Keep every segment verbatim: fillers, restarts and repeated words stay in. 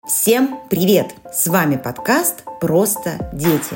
Всем привет! С вами подкаст «Просто дети».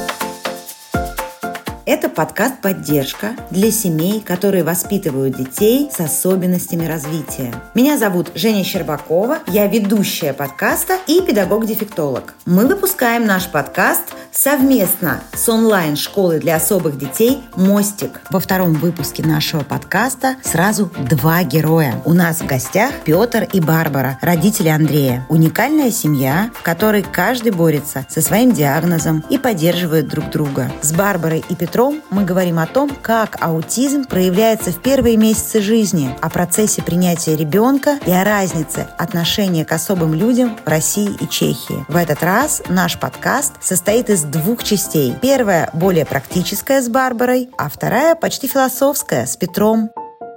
Это подкаст-поддержка для семей, которые воспитывают детей с особенностями развития. Меня зовут Женя Щербакова, я ведущая подкаста и педагог-дефектолог. Мы выпускаем наш подкаст совместно с онлайн-школой для особых детей «Мостик». Во втором выпуске нашего подкаста сразу два героя. У нас в гостях Петр и Барбара, родители Андрея. Уникальная семья, в которой каждый борется со своим диагнозом и поддерживает друг друга. С Барбарой и Петром мы говорим о том, как аутизм проявляется в первые месяцы жизни, о процессе принятия ребенка и о разнице отношения к особым людям в России и Чехии. В этот раз наш подкаст состоит из двух частей. Первая более практическая с Барбарой, а вторая почти философская с Петром.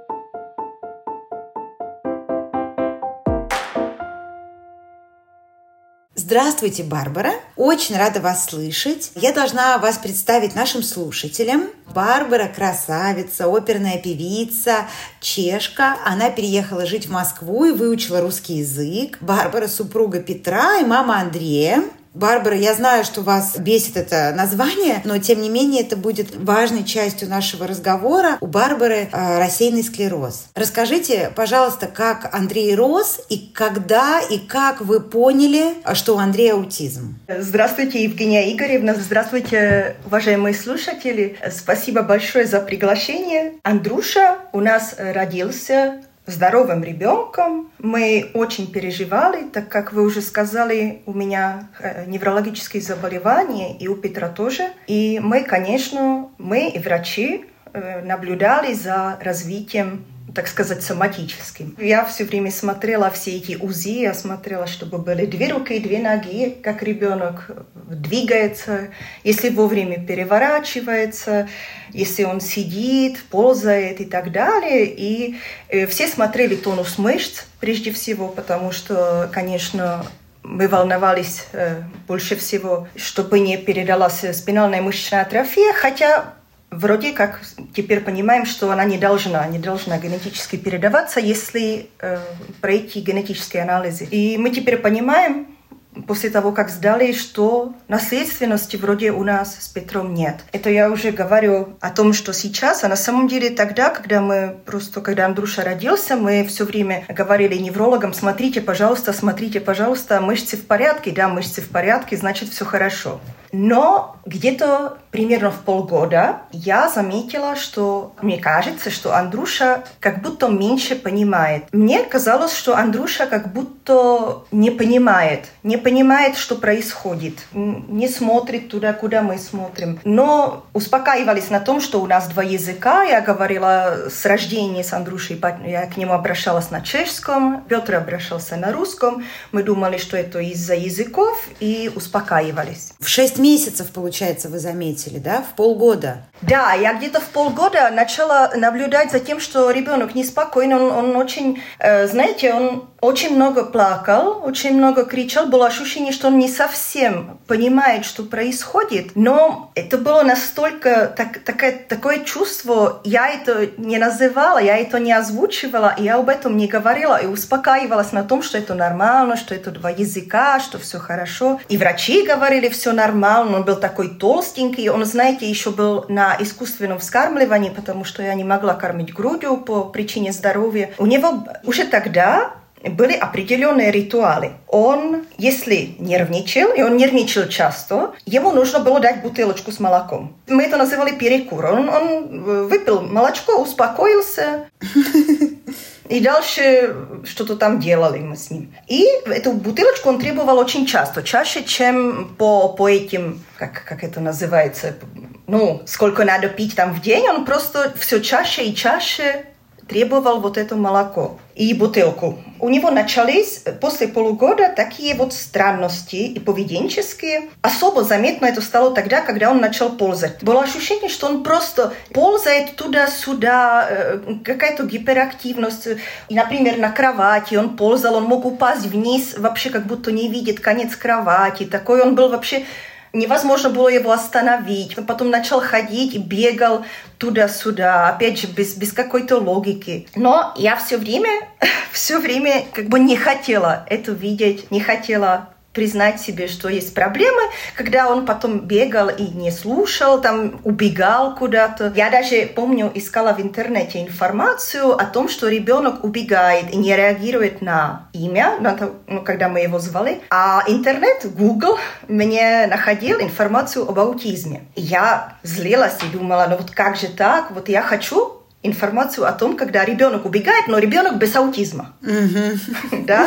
Здравствуйте, Барбара. Очень рада вас слышать. Я должна вас представить нашим слушателям. Барбара – красавица, оперная певица, чешка. Она переехала жить в Москву и выучила русский язык. Барбара – супруга Петра и мама Андрея. Барбара, я знаю, что вас бесит это название, но тем не менее это будет важной частью нашего разговора. У Барбары э, рассеянный склероз. Расскажите, пожалуйста, как Андрей рос и когда и как вы поняли, что у Андрея аутизм? Здравствуйте, Евгения Игоревна. Здравствуйте, уважаемые слушатели. Спасибо большое за приглашение. Андрюша у нас родился здоровым ребенком. Мы очень переживали, так как вы уже сказали, у меня неврологические заболевания, и у Петра тоже. И мы, конечно, мы и врачи наблюдали за развитием, так сказать, соматическим. Я все время смотрела все эти УЗИ, я смотрела, чтобы были две руки, две ноги, как ребенок двигается, если вовремя переворачивается, если он сидит, ползает и так далее. И э, все смотрели тонус мышц прежде всего, потому что, конечно, мы волновались э, больше всего, чтобы не передалась спинальная мышечная атрофия, хотя вроде как теперь понимаем, что она не должна, не должна генетически передаваться, если э, пройти генетические анализы. И мы теперь понимаем, после того, как сдали, что наследственности вроде у нас с Петром нет. Это я уже говорю о том, что сейчас, а на самом деле тогда, когда мы просто, когда Андрюша родился, мы все время говорили неврологам: смотрите, пожалуйста, смотрите, пожалуйста, мышцы в порядке, да, мышцы в порядке, значит, все хорошо. Но где-то примерно в полгода я заметила, что мне кажется, что Андрюша как будто меньше понимает. Мне казалось, что Андрюша как будто не понимает, не понимает, что происходит, не смотрит туда, куда мы смотрим. Но успокаивались на том, что у нас два языка. Я говорила с рождения с Андрюшей, я к нему обращалась на чешском, Петр обращался на русском. Мы думали, что это из-за языков, и успокаивались. В шесть месяцев, получается, вы заметили, да? В полгода? Да, я где-то в полгода начала наблюдать за тем, что ребенок неспокойный, он, он очень, э, знаете, он очень много плакал, очень много кричал, было ощущение, что он не совсем понимает, что происходит, но это было настолько, так, такое, такое чувство, я это не называла, я это не озвучивала, я об этом не говорила и успокаивалась на том, что это нормально, что это два языка, что все хорошо. И врачи говорили, все нормально, он был такой толстенький, он, знаете, еще был на искусственном вскармливании, потому что я не могла кормить грудью по причине здоровья. У него уже тогда были определенные ритуалы. Он, если нервничал, и он нервничал часто, ему нужно было дать бутылочку с молоком. Мы это называли перекур. Он, он выпил молочко, успокоился, и дальше что-то там делали мы с ним. И эту бутылочку он требовал очень часто, чаще, чем по, по этим, как, как это называется, ну, сколько надо пить там в день, он просто все чаще и чаще требовал вот это молоко и бутылку. У него начались после полугода такие вот странности и поведенческие. Особо заметно это стало тогда, когда он начал ползать. Было ощущение, что он просто ползает туда-сюда, какая-то гиперактивность. И, например, на кровати он ползал, он мог упасть вниз, вообще как будто не видит конец кровати. Такой он был вообще невозможно было его остановить. Он потом начал ходить и бегал туда-сюда, опять же, без, без какой-то логики. Но я все время, все время как бы не хотела это видеть, не хотела признать себе, что есть проблемы, когда он потом бегал и не слушал, там убегал куда-то. Я даже, помню, искала в интернете информацию о том, что ребенок убегает и не реагирует на имя, на то, ну, когда мы его звали. А интернет, Google, мне находил информацию об аутизме. Я злилась и думала, ну вот как же так? Вот я хочу информацию о том, когда ребенок убегает, но ребенок без аутизма. Да?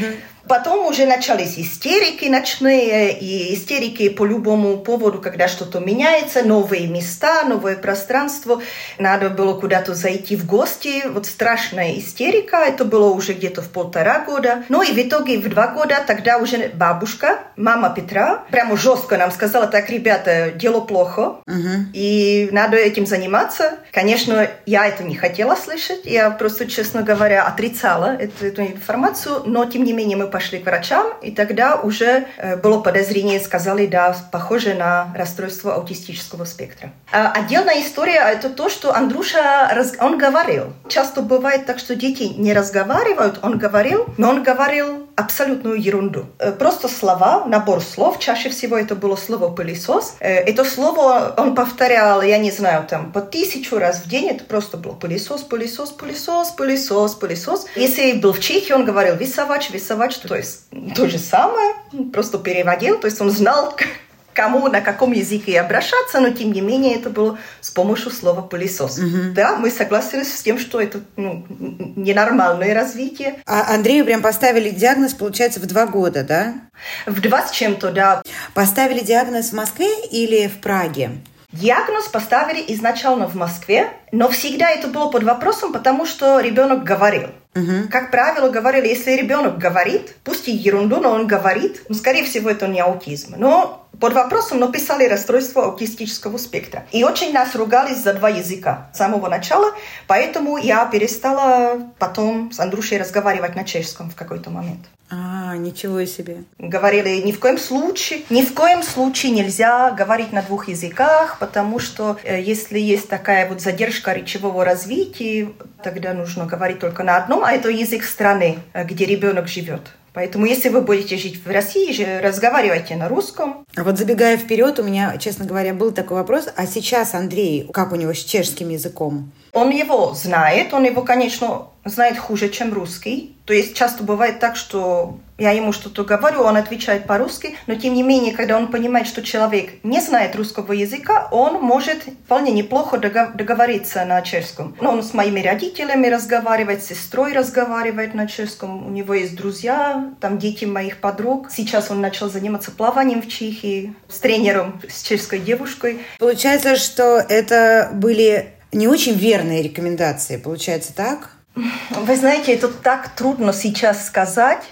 Потом уже начались истерики ночные, и истерики по любому поводу, когда что-то меняется, новые места, новое пространство. Надо было куда-то зайти в гости. Вот страшная истерика. Это было уже где-то в полтора года. Ну и в итоге в два года тогда уже бабушка, мама Петра, прямо жестко нам сказала: так, ребята, дело плохо, uh-huh. и надо этим заниматься. Конечно, я это не хотела слышать. Я просто, честно говоря, отрицала эту, эту информацию, но тем не менее мы пошли к врачам, и тогда уже э, было подозрение, сказали, да, похоже на расстройство аутистического спектра. А отдельная история — это то, что Андруша, раз, он говорил. Часто бывает так, что дети не разговаривают, он говорил, но он говорил абсолютную ерунду. Э, просто слова, набор слов, чаще всего это было слово «пылесос». Э, это слово он повторял, я не знаю, там, по тысячу раз в день, это просто было пылесос, пылесос, пылесос, пылесос, пылесос. Если был в Чехии, он говорил «висовач», «висовач», то есть то же самое, просто переводил, то есть он знал, кому, на каком языке обращаться, но тем не менее это было с помощью слова «пылесос». Mm-hmm. Да, мы согласились с тем, что это ну, ненормальное развитие. А Андрею прям поставили диагноз, получается, в два года, да? В два с чем-то, да. Поставили диагноз в Москве или в Праге? Диагноз поставили изначально в Москве, но всегда это было под вопросом, потому что ребенок говорил. Uh-huh. Как правило, говорили, если ребенок говорит, пусть и ерунду, но он говорит, ну, скорее всего, это не аутизм. Но под вопросом написали расстройство аутистического спектра. И очень нас ругались за два языка с самого начала, поэтому я перестала потом с Андрушей разговаривать на чешском в какой-то момент. А, ничего себе. Говорили, ни в коем случае, ни в коем случае нельзя говорить на двух языках, потому что э, если есть такая вот задержка речевого развития, тогда нужно говорить только на одном, а это язык страны, где ребенок живет. Поэтому, если вы будете жить в России, разговаривайте на русском. А вот забегая вперед, у меня, честно говоря, был такой вопрос. А сейчас Андрей, как у него с чешским языком? Он его знает, он его, конечно, знает хуже, чем русский. То есть часто бывает так, что я ему что-то говорю, он отвечает по-русски, но тем не менее, когда он понимает, что человек не знает русского языка, он может вполне неплохо договориться на чешском. Но он с моими родителями разговаривает, с сестрой разговаривает на чешском, у него есть друзья, там дети моих подруг. Сейчас он начал заниматься плаванием в Чехии с тренером, с чешской девушкой. Получается, что это были не очень верные рекомендации, получается так? Вы знаете, это так трудно сейчас сказать.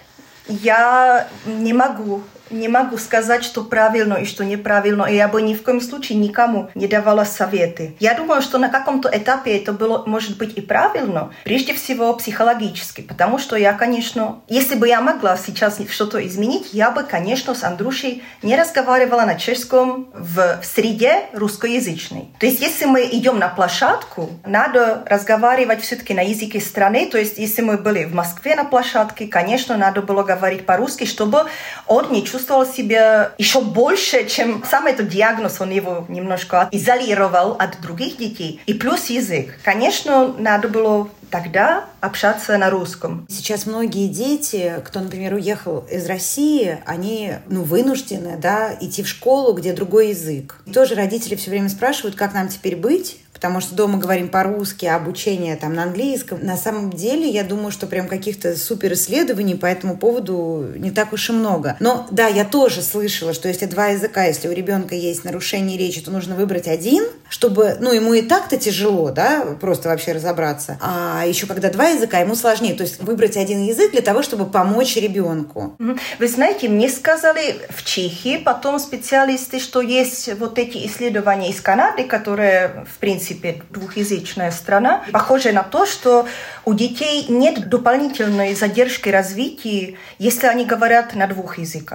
Я не могу, не могу сказать, что правильно и что неправильно. И я бы ни в коем случае никому не давала советы. Я думаю, что на каком-то этапе это было, может быть, и правильно. Прежде всего, психологически. Потому что я, конечно, если бы я могла сейчас что-то изменить, я бы, конечно, с Андрушей не разговаривала на чешском в среде русскоязычной. То есть, если мы идем на площадку, надо разговаривать все-таки на языке страны. То есть, если мы были в Москве на площадке, конечно, надо было говорить по-русски, чтобы он не чувствовал себя еще больше, чем сам этот диагноз, он его немножко изолировал от других детей. И плюс язык. Конечно, надо было тогда общаться на русском. Сейчас многие дети, кто, например, уехал из России, они ну, вынуждены да, идти в школу, где другой язык. И тоже родители все время спрашивают, как нам теперь быть, потому что дома говорим по-русски, а обучение там на английском. На самом деле, я думаю, что прям каких-то супер исследований по этому поводу не так уж и много. Но да, я тоже слышала, что если два языка, если у ребенка есть нарушение речи, то нужно выбрать один, чтобы, ну, ему и так-то тяжело, да, просто вообще разобраться. А еще когда два языка, ему сложнее. То есть выбрать один язык для того, чтобы помочь ребенку. Вы знаете, мне сказали в Чехии потом специалисты, что есть вот эти исследования из Канады, которые, в принципе, двухязычная страна, похоже на то, что у детей нет дополнительной задержки развития, если они говорят на двух языках.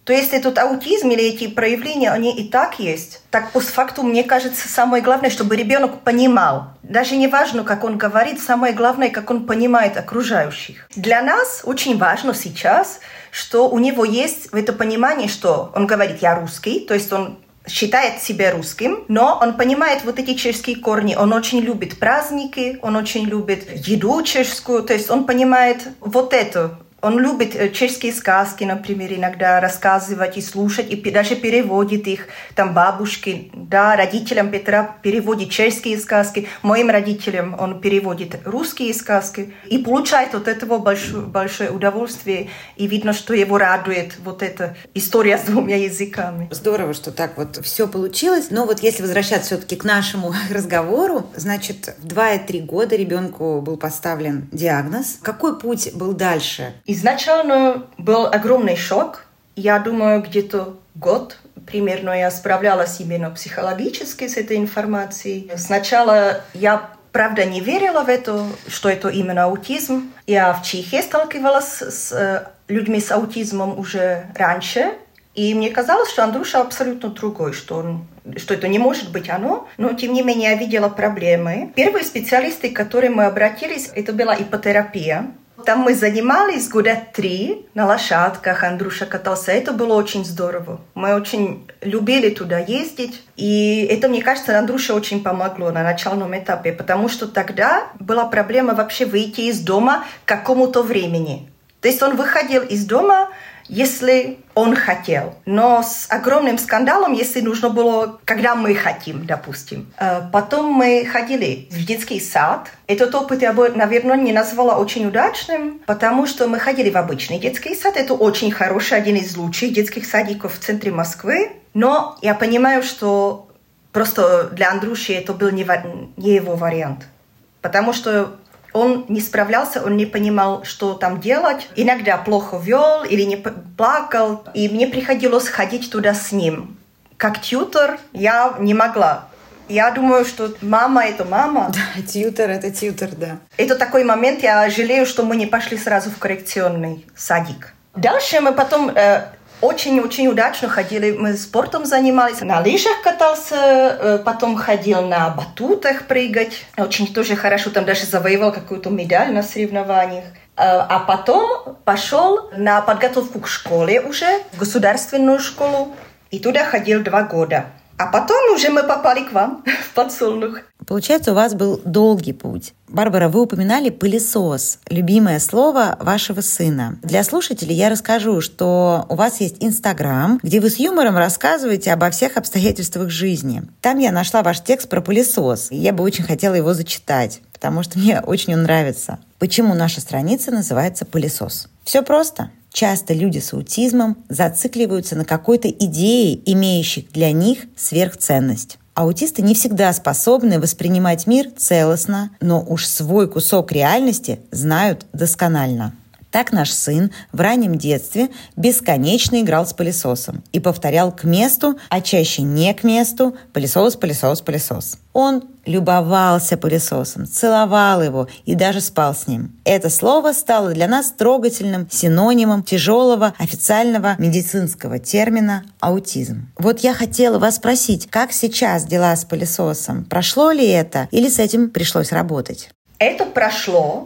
То есть этот аутизм или эти проявления, они и так есть. Так постфактум, мне кажется, самое главное, чтобы ребенок понимал. Даже не важно, как он говорит, самое главное, как он понимает окружающих. Для нас очень важно сейчас, что у него есть это понимание, что он говорит «я русский», то есть он считает себя русским, но он понимает вот эти чешские корни. Он очень любит праздники, он очень любит еду чешскую, то есть он понимает вот это. Он любит чешские сказки, например, иногда рассказывать и слушать, и даже переводит их. Там бабушки, да, родителям Петра переводит чешские сказки, моим родителям он переводит русские сказки. И получает от этого большое, большое удовольствие. И видно, что его радует вот эта история с двумя языками. Здорово, что так вот все получилось. Но вот если возвращаться все-таки к нашему разговору, значит, в два и три года ребенку был поставлен диагноз. Какой путь был дальше? Изначально был огромный шок. Я думаю, где-то год примерно я справлялась именно психологически с этой информацией. Сначала я, правда, не верила в это, что это именно аутизм. Я в Чехии сталкивалась с людьми с аутизмом уже раньше. И мне казалось, что Андруша абсолютно другой, что, он, что это не может быть оно. Но, тем не менее, я видела проблемы. Первые специалисты, к которым мы обратились, это была ипотерапия. Там мы занимались года три на лошадках, Андруша катался. Это было очень здорово. Мы очень любили туда ездить. И это, мне кажется, Андруше очень помогло на начальном этапе, потому что тогда была проблема вообще выйти из дома к какому-то времени. То есть он выходил из дома, если он хотел. Но с огромным скандалом, если нужно было, когда мы хотим, допустим. Потом мы ходили в детский сад. Этот опыт я бы, наверное, не назвала очень удачным, потому что мы ходили в обычный детский сад. Это очень хороший, один из лучших детских садиков в центре Москвы. Но я понимаю, что просто для Андруши это был не, не его вариант. Потому что он не справлялся, он не понимал, что там делать. Иногда плохо вел или не плакал. И мне приходилось ходить туда с ним. Как тьютор я не могла. Я думаю, что мама – это мама. Да, тьютор – это тьютор, да. Это такой момент, я жалею, что мы не пошли сразу в коррекционный садик. Дальше мы потом... Э, Очень-очень удачно ходили, мы спортом занимались, на лыжах катался, потом ходил на батутах прыгать. Очень тоже хорошо, там даже завоевал какую-то медаль на соревнованиях. А потом пошел на подготовку к школе уже, в государственную школу, и туда ходил два года. А потом уже мы попали к вам в Подсолнух. Получается, у вас был долгий путь. Барбара, вы упоминали пылесос, любимое слово вашего сына. Для слушателей я расскажу, что у вас есть Инстаграм, где вы с юмором рассказываете обо всех обстоятельствах жизни. Там я нашла ваш текст про пылесос, и я бы очень хотела его зачитать, потому что мне очень он нравится. Почему наша страница называется «Пылесос»? Все просто. Часто люди с аутизмом зацикливаются на какой-то идее, имеющей для них сверхценность. Аутисты не всегда способны воспринимать мир целостно, но уж свой кусок реальности знают досконально. Так наш сын в раннем детстве бесконечно играл с пылесосом и повторял к месту, а чаще не к месту, пылесос, пылесос, пылесос. Он любовался пылесосом, целовал его и даже спал с ним. Это слово стало для нас трогательным синонимом тяжелого официального медицинского термина «аутизм». Вот я хотела вас спросить, как сейчас дела с пылесосом? Прошло ли это или с этим пришлось работать? Это прошло.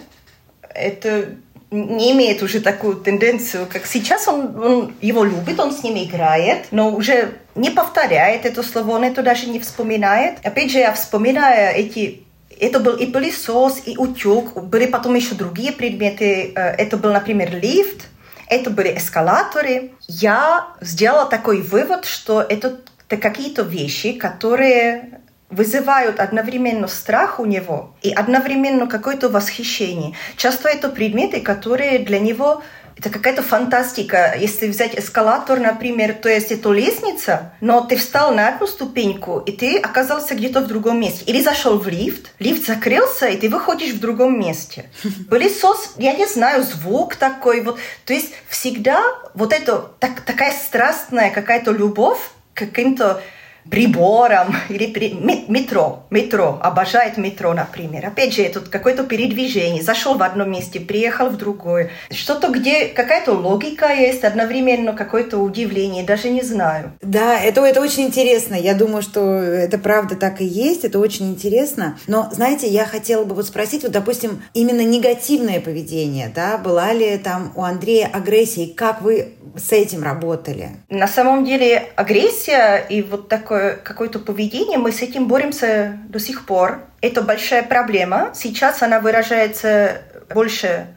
Это... не имеет уже такую тенденцию, как сейчас. Он, он его любит, он с ним играет, но уже не повторяет это слово, он это даже не вспоминает. Опять же, я вспоминаю эти... Это был и пылесос, и утюг, были потом еще другие предметы. Это был, например, лифт, это были эскалаторы. Я сделала такой вывод, что это какие-то вещи, которые... вызывают одновременно страх у него и одновременно какое-то восхищение. Часто это предметы, которые для него... Это какая-то фантастика. Если взять эскалатор, например, то есть это лестница, но ты встал на одну ступеньку, и ты оказался где-то в другом месте. Или зашел в лифт, лифт закрылся, и ты выходишь в другом месте. Пылесос, я не знаю, звук такой. Вот. То есть всегда вот это так, такая страстная какая-то любовь к каким-то прибором или при... метро. Метро. Обожает метро, например. Опять же, тут какое-то передвижение. Зашел в одном месте, приехал в другое. Что-то, где какая-то логика есть, одновременно какое-то удивление. Даже не знаю. Да, это, это очень интересно. Я думаю, что это правда так и есть. Это очень интересно. Но, знаете, я хотела бы вот спросить, вот, допустим, именно негативное поведение, да, была ли там у Андрея агрессия, и как вы с этим работали? На самом деле агрессия и вот такое какое-то поведение, мы с этим боремся до сих пор. Это большая проблема. Сейчас она выражается больше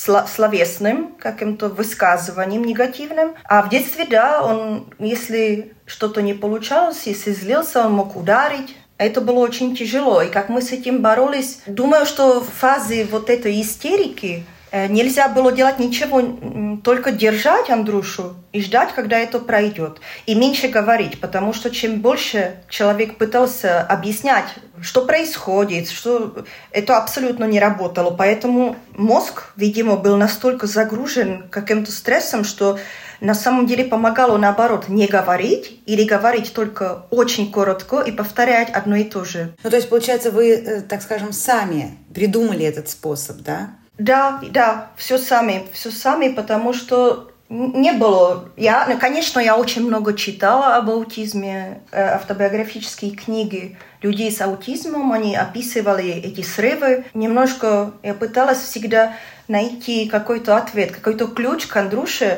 словесным, каким-то высказыванием негативным. А в детстве, да, он, если что-то не получалось, если злился, он мог ударить. Это было очень тяжело. И как мы с этим боролись, думаю, что в фазе вот этой истерики нельзя было делать ничего, только держать Андрюшу и ждать, когда это пройдет. И меньше говорить, потому что чем больше человек пытался объяснять, что происходит, что это абсолютно не работало. Поэтому мозг, видимо, был настолько загружен каким-то стрессом, что на самом деле помогало, наоборот, не говорить или говорить только очень коротко и повторять одно и то же. Ну, то есть, получается, вы, так скажем, сами придумали этот способ, да? Да, да, все сами, все сами, потому что не было. Я, ну, конечно, я очень много читала об аутизме, автобиографические книги людей с аутизмом, они описывали эти срывы. Немножко я пыталась всегда найти какой-то ответ, какой-то ключ к Андрюше.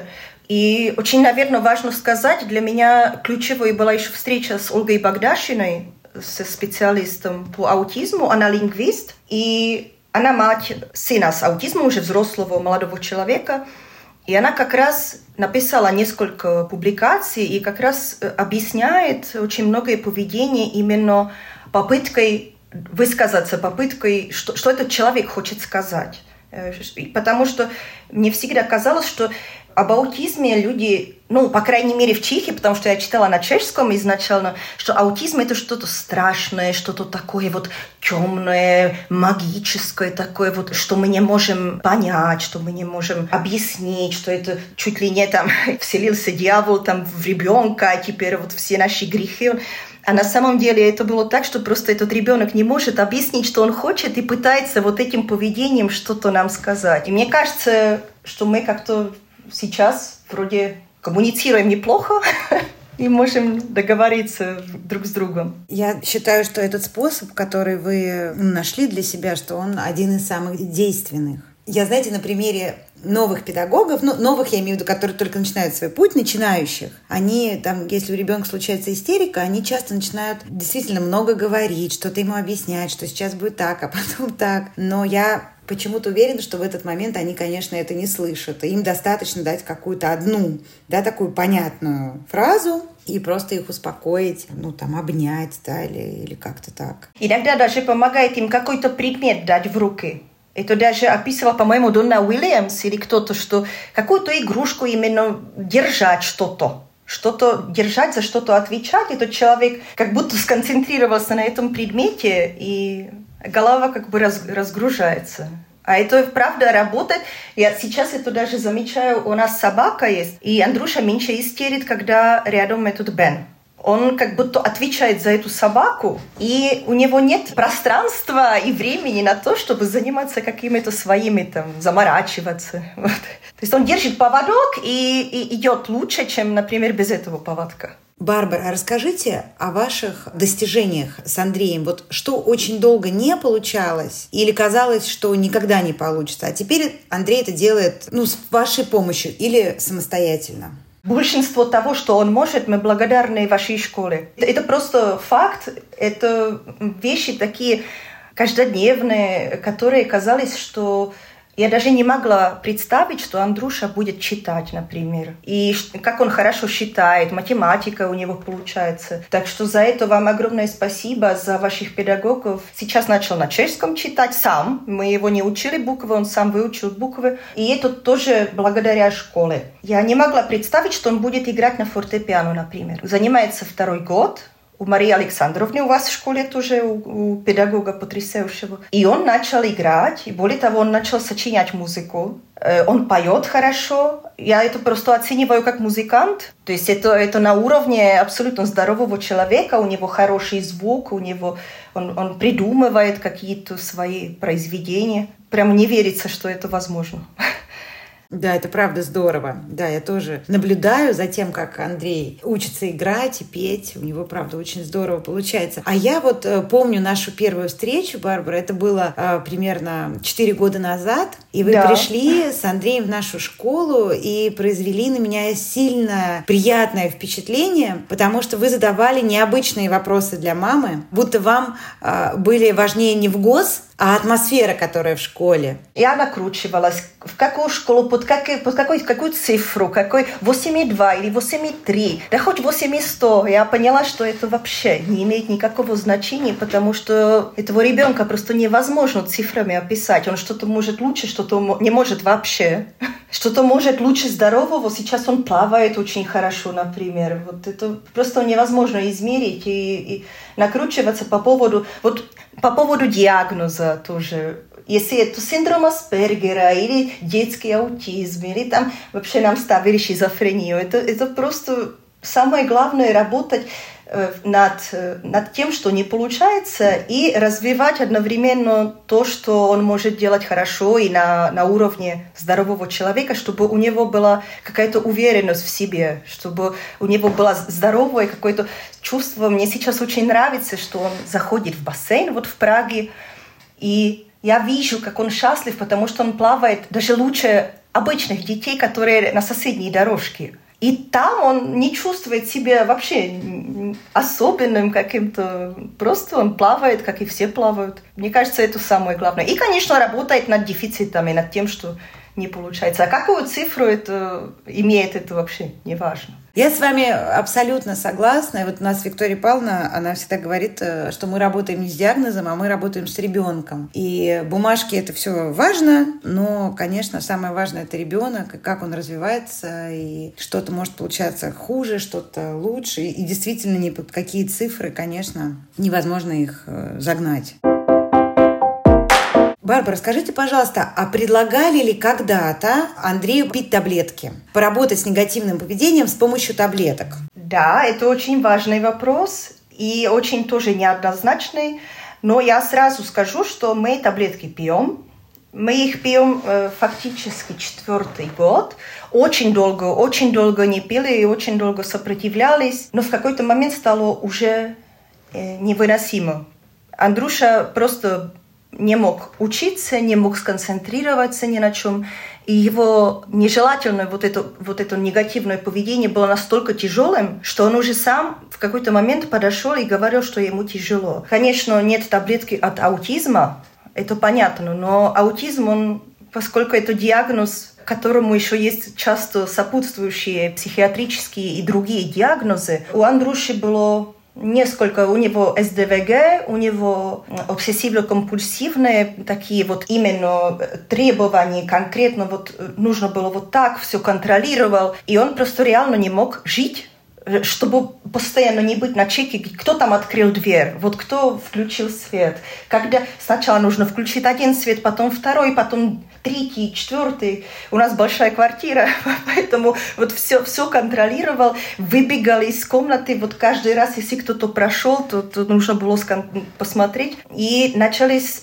И очень, наверное, важно сказать, для меня ключевой была еще встреча с Ольгой Богдашиной, со специалистом по аутизму, она лингвист, и она мать сына с аутизмом, уже взрослого молодого человека. И она как раз написала несколько публикаций и как раз объясняет очень многое поведение именно попыткой высказаться, попыткой, что, что этот человек хочет сказать. Потому что мне всегда казалось, что об аутизме люди, ну, по крайней мере, в Чехии, потому что я читала на чешском изначально, что аутизм — это что-то страшное, что-то такое вот темное, магическое такое вот, что мы не можем понять, что мы не можем объяснить, что это чуть ли не там вселился дьявол там в ребенка, а теперь вот все наши грехи. А на самом деле это было так, что просто этот ребенок не может объяснить, что он хочет, и пытается вот этим поведением что-то нам сказать. И мне кажется, что мы как-то сейчас вроде коммуницируем неплохо и можем договориться друг с другом. Я считаю, что этот способ, который вы нашли для себя, что он один из самых действенных. Я, знаете, на примере новых педагогов, ну, новых, я имею в виду, которые только начинают свой путь, начинающих, они, там, если у ребенка случается истерика, они часто начинают действительно много говорить, что-то ему объяснять, что сейчас будет так, а потом так. Но я почему-то уверена, что в этот момент они, конечно, это не слышат. И им достаточно дать какую-то одну, да, такую понятную фразу и просто их успокоить, ну, там, обнять, да, или, или как-то так. Иногда даже помогает им какой-то предмет дать в руки. Это даже описывала, по-моему, Донна Уильямс или кто-то, что какую-то игрушку именно держать что-то. Что-то держать, за что-то отвечать. Этот человек как будто сконцентрировался на этом предмете, и голова как бы раз, разгружается. А это правда работает. Я сейчас это даже замечаю, у нас собака есть, и Андрюша меньше истерит, когда рядом этот Бен. Он как будто отвечает за эту собаку, и у него нет пространства и времени на то, чтобы заниматься какими-то своими, там, заморачиваться. Вот. То есть он держит поводок и, и идет лучше, чем, например, без этого поводка. Барбара, а расскажите о ваших достижениях с Андреем. Вот что очень долго не получалось или казалось, что никогда не получится, а теперь Андрей это делает, ну, с вашей помощью или самостоятельно? Большинство того, что он может, мы благодарны вашей школе. Это просто факт, это вещи такие каждодневные, которые казались, что я даже не могла представить, что Андрюша будет читать, например. И как он хорошо считает, математика у него получается. Так что за это вам огромное спасибо, за ваших педагогов. Сейчас начал на чешском читать сам. Мы его не учили буквы, он сам выучил буквы. И это тоже благодаря школе. Я не могла представить, что он будет играть на фортепиано, например. Занимается второй год. у Марии Александровны, у вас в школе тоже, у, у педагога потрясающего. И он начал играть, и более того, он начал сочинять музыку. Он поет хорошо. Я это просто оцениваю как музыкант. То есть это, это на уровне абсолютно здорового человека. У него хороший звук, у него, он, он придумывает какие-то свои произведения. Прям не верится, что это возможно. Да, это правда здорово. Да, я тоже наблюдаю за тем, как Андрей учится играть и петь. У него, правда, очень здорово получается. А я вот э, помню нашу первую встречу, Барбара, это было э, примерно четыре года назад, и вы да. пришли с Андреем в нашу школу и произвели на меня сильно приятное впечатление, потому что вы задавали необычные вопросы для мамы, будто вам э, были важнее не в ГОС, а атмосфера, которая в школе. Я накручивалась, в какую школу, под, какой, под какой, какую цифру, какой восемь и два или восемь и три, да хоть восемь и сто. Я поняла, что это вообще не имеет никакого значения, потому что этого ребенка просто невозможно цифрами описать. Он что-то может лучше, что-то не может вообще. Что-то может лучше здорового. Сейчас он плавает очень хорошо, например. Вот это просто невозможно измерить и, и накручиваться по поводу... Вот по поводу диагноза тоже. Если это синдром Аспергера или детский аутизм, или там вообще нам ставили шизофрению, это, это просто самое главное работать э, над, э, над тем, что не получается, и развивать одновременно то, что он может делать хорошо и на, на уровне здорового человека, чтобы у него была какая-то уверенность в себе, чтобы у него было здоровое какое-то чувство. Мне сейчас очень нравится, что он заходит в бассейн вот в Праге, и я вижу, как он счастлив, потому что он плавает даже лучше обычных детей, которые на соседней дорожке. И там он не чувствует себя вообще особенным каким-то. Просто он плавает, как и все плавают. Мне кажется, это самое главное. И, конечно, работает над дефицитами, над тем, что не получается. А какую цифру это имеет, это вообще не важно. Я с вами абсолютно согласна. И вот у нас Виктория Павловна, она всегда говорит, что мы работаем не с диагнозом, а мы работаем с ребенком. И бумажки — это все важно, но, конечно, самое важное — это ребенок, и как он развивается, и что-то может получаться хуже, что-то лучше. И действительно, ни под какие цифры, конечно, невозможно их загнать. Барбара, скажите, пожалуйста, а предлагали ли когда-то Андрею пить таблетки, поработать с негативным поведением с помощью таблеток? Да, это очень важный вопрос и очень тоже неоднозначный, но я сразу скажу, что мы таблетки пьем. Мы их пьем э, фактически четвертый год. Очень долго, очень долго не пили и очень долго сопротивлялись, но в какой-то момент стало уже э, невыносимо. Андрюша просто не мог учиться, не мог сконцентрироваться ни на чем. И его нежелательное вот это, вот это негативное поведение было настолько тяжелым, что он уже сам в какой-то момент подошел и говорил, что ему тяжело. Конечно, нет таблетки от аутизма, это понятно, но аутизм, он, поскольку это диагноз, которому еще есть часто сопутствующие психиатрические и другие диагнозы, у Андрюши было несколько, у него эс дэ вэ гэ, у него обсессивно-компульсивные такие вот именно требования, конкретно вот нужно было вот так, все контролировал, и он просто реально не мог жить, чтобы постоянно не быть на чеке, кто там открыл дверь, вот кто включил свет. Когда сначала нужно включить один свет, потом второй, потом третий, четвертый. У нас большая квартира, поэтому вот все, все контролировал, выбегал из комнаты, вот каждый раз, если кто-то прошел, то, то нужно было посмотреть. И начались,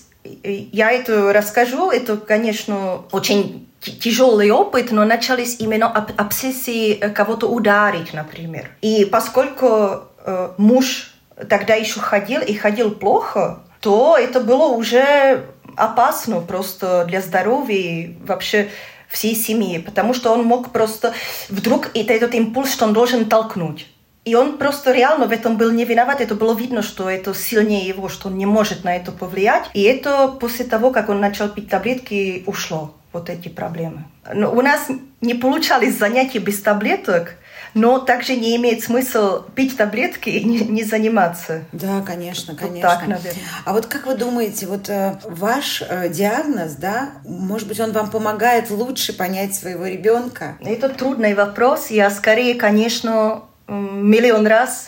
я это расскажу, это, конечно, очень тяжелый опыт, но начались именно обсессии кого-то ударить, например. И поскольку э, муж тогда еще ходил и ходил плохо, то это было уже опасно просто для здоровья и вообще всей семьи, потому что он мог просто вдруг это, этот импульс, что он должен толкнуть. И он просто реально в этом был не виноват. Это было видно, что это сильнее его, что он не может на это повлиять. И это после того, как он начал пить таблетки, ушло. Вот эти проблемы. Но у нас не получались занятия без таблеток, но также не имеет смысла пить таблетки и не, не заниматься. Да, конечно, конечно. Вот так, наверное. А вот как вы думаете, вот э, ваш э, диагноз, да, может быть, он вам помогает лучше понять своего ребенка? Это трудный вопрос. Я скорее, конечно, миллион раз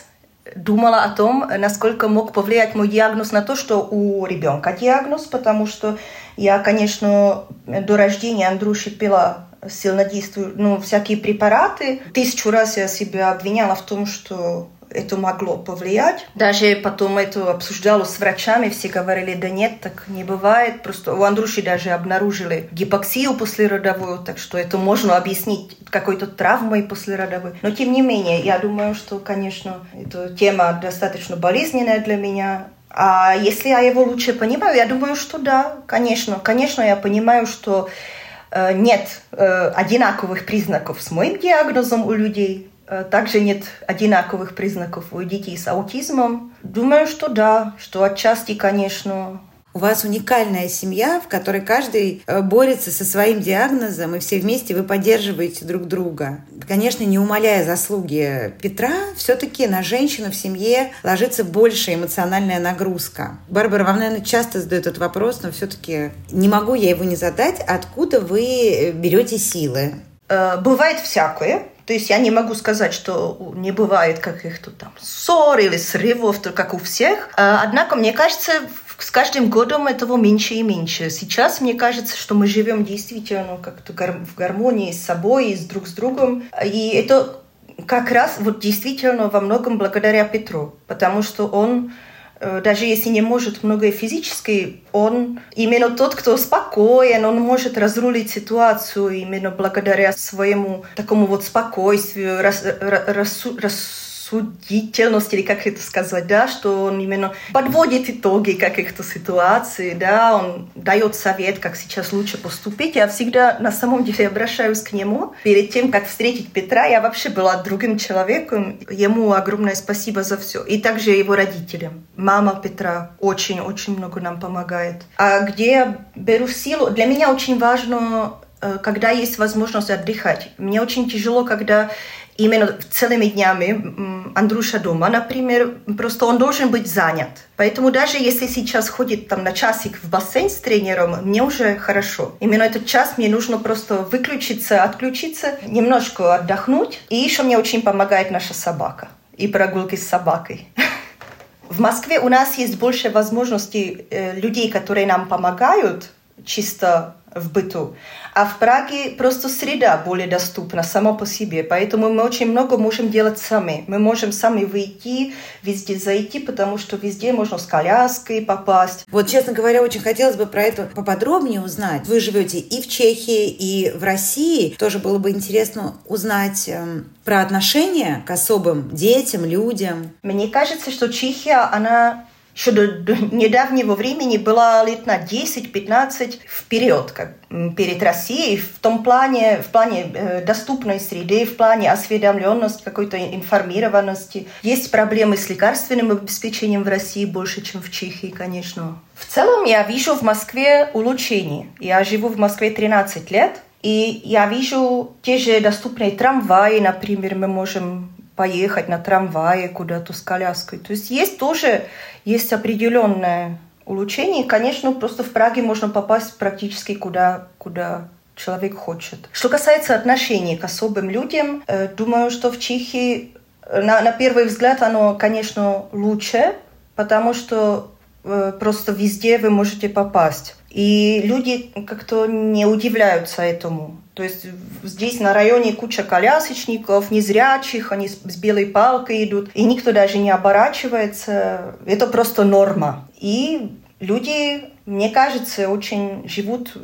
думала о том, насколько мог повлиять мой диагноз на то, что у ребенка диагноз, потому что я, конечно, до рождения Андрюши пила сильнодействующие, ну, всякие препараты. Тысячу раз я себя обвиняла в том, что это могло повлиять. Даже потом это обсуждалось с врачами, все говорили, да нет, так не бывает. Просто у Андрюши даже обнаружили гипоксию послеродовую, так что это можно объяснить какой-то травмой послеродовой. Но тем не менее, я думаю, что, конечно, эта тема достаточно болезненная для меня. А если я его лучше понимаю, я думаю, что да, конечно. Конечно, я понимаю, что э, нет э, одинаковых признаков с моим диагнозом у людей. Также нет одинаковых признаков у детей с аутизмом. Думаю, что да, что отчасти, конечно. У вас уникальная семья, в которой каждый борется со своим диагнозом, и все вместе вы поддерживаете друг друга. Конечно, не умаляя заслуги Петра, все-таки на женщину в семье ложится большая эмоциональная нагрузка. Барбара, вам, наверное, часто задают этот вопрос, но все-таки не могу я его не задать. Откуда вы берете силы? Бывает всякое. То есть я не могу сказать, что не бывает каких-то там ссор или срывов, как у всех. Однако, мне кажется, с каждым годом этого меньше и меньше. Сейчас мне кажется, что мы живем действительно как-то в гармонии с собой и с друг с другом. И это как раз вот действительно во многом благодаря Петру, потому что он, даже если не может многое физически, он именно тот, кто спокоен, он может разрулить ситуацию именно благодаря своему такому вот спокойствию, рас, рас, рассудительности, или как это сказать, да, что он именно подводит итоги каких-то ситуаций, да, он дает совет, как сейчас лучше поступить. Я всегда на самом деле обращаюсь к нему. Перед тем, как встретить Петра, я вообще была другим человеком. Ему огромное спасибо за все. И также его родителям. Мама Петра очень-очень много нам помогает. А где я беру силу? Для меня очень важно, когда есть возможность отдыхать. Мне очень тяжело, когда именно целыми днями Андрюша дома, например, просто он должен быть занят. Поэтому даже если сейчас ходит там на часик в бассейн с тренером, мне уже хорошо. Именно этот час мне нужно просто выключиться, отключиться, немножко отдохнуть. И еще мне очень помогает наша собака и прогулки с собакой. В Москве у нас есть больше возможностей э, людей, которые нам помогают чисто в быту. А в Праге просто среда более доступна сама по себе. Поэтому мы очень много можем делать сами. Мы можем сами выйти, везде зайти, потому что везде можно с коляской попасть. Вот, честно говоря, очень хотелось бы про это поподробнее узнать. Вы живете и в Чехии, и в России. Тоже было бы интересно узнать э, про отношения к особым детям, людям. Мне кажется, что Чехия, она еще до, до недавнего времени была лет на десять-пятнадцать вперед, как перед Россией, в том плане, в плане э, доступной среды, в плане осведомленности, какой-то информированности. Есть проблемы с лекарственным обеспечением в России больше, чем в Чехии, конечно. В целом я вижу в Москве улучшение. Я живу в Москве тринадцать лет, и я вижу те же доступные трамваи, например, мы можем поехать на трамвае куда-то с коляской. То есть есть тоже есть определенное улучшение. Конечно, просто в Праге можно попасть практически куда, куда человек хочет. Что касается отношений к особым людям, э, думаю, что в Чехии на, на первый взгляд оно, конечно, лучше, потому что э, просто везде вы можете попасть. И люди как-то не удивляются этому. То есть здесь на районе куча колясочников, незрячих, они с белой палкой идут, и никто даже не оборачивается. Это просто норма. И люди, мне кажется, очень живут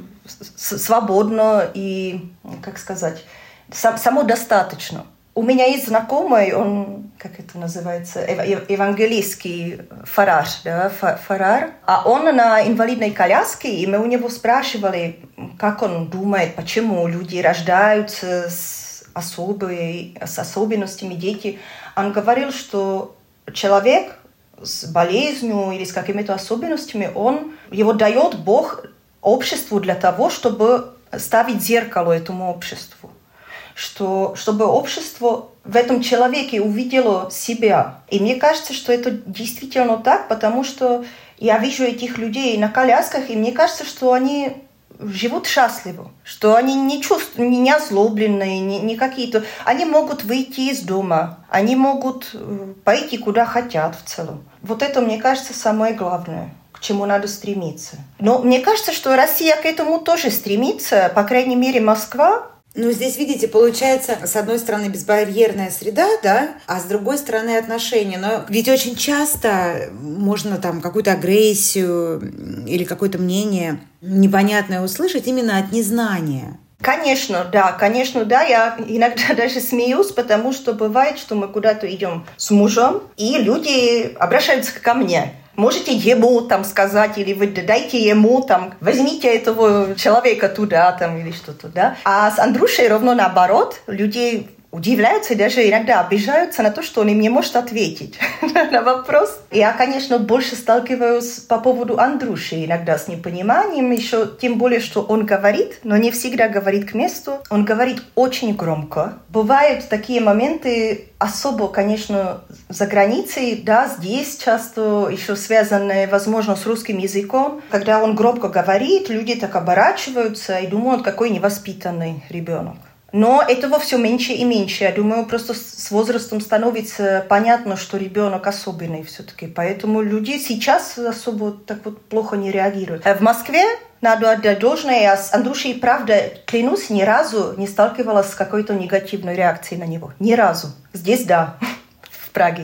свободно и, как сказать, самодостаточно. У меня есть знакомый, он, как это называется, евангелийский фарар, да, фарар. А он на инвалидной коляске, и мы у него спрашивали, как он думает, почему люди рождаются с, особой, с особенностями, дети. Он говорил, что человек с болезнью или с какими-то особенностями, он, его дает Бог обществу для того, чтобы ставить зеркало этому обществу. Что, чтобы общество в этом человеке увидело себя. И мне кажется, что это действительно так, потому что я вижу этих людей на колясках, и мне кажется, что они живут счастливо, что они не чувствуют, не озлобленные, не, не какие-то... Они могут выйти из дома, они могут пойти куда хотят в целом. Вот это, мне кажется, самое главное, к чему надо стремиться. Но мне кажется, что Россия к этому тоже стремится, по крайней мере, Москва. Ну, здесь, видите, получается, с одной стороны, безбарьерная среда, да, а с другой стороны, отношения. Но ведь очень часто можно там какую-то агрессию или какое-то мнение непонятное услышать именно от незнания. Конечно, да, конечно, да. Я иногда даже смеюсь, потому что бывает, что мы куда-то идем с мужем, и люди обращаются ко мне. Можете ему там сказать, или вы дайте ему там, возьмите этого человека туда там или что-то, да. А с Андрушей ровно наоборот, люди удивляются и даже иногда обижаются на то, что он им не может ответить на вопрос. Я, конечно, больше сталкиваюсь по поводу Андруши иногда с непониманием, еще тем более, что он говорит, но не всегда говорит к месту. Он говорит очень громко. Бывают такие моменты, особо, конечно, за границей, да, здесь часто еще связанные, возможно, с русским языком. Когда он громко говорит, люди так оборачиваются и думают, какой невоспитанный ребенок. Но этого все меньше и меньше. Я думаю, просто с возрастом становится понятно, что ребенок особенный все-таки. Поэтому люди сейчас особо так вот плохо не реагируют. В Москве, надо отдать должное, я с Андрушей, правда, клянусь, ни разу не сталкивалась с какой-то негативной реакцией на него. Ни разу. Здесь да, в Праге.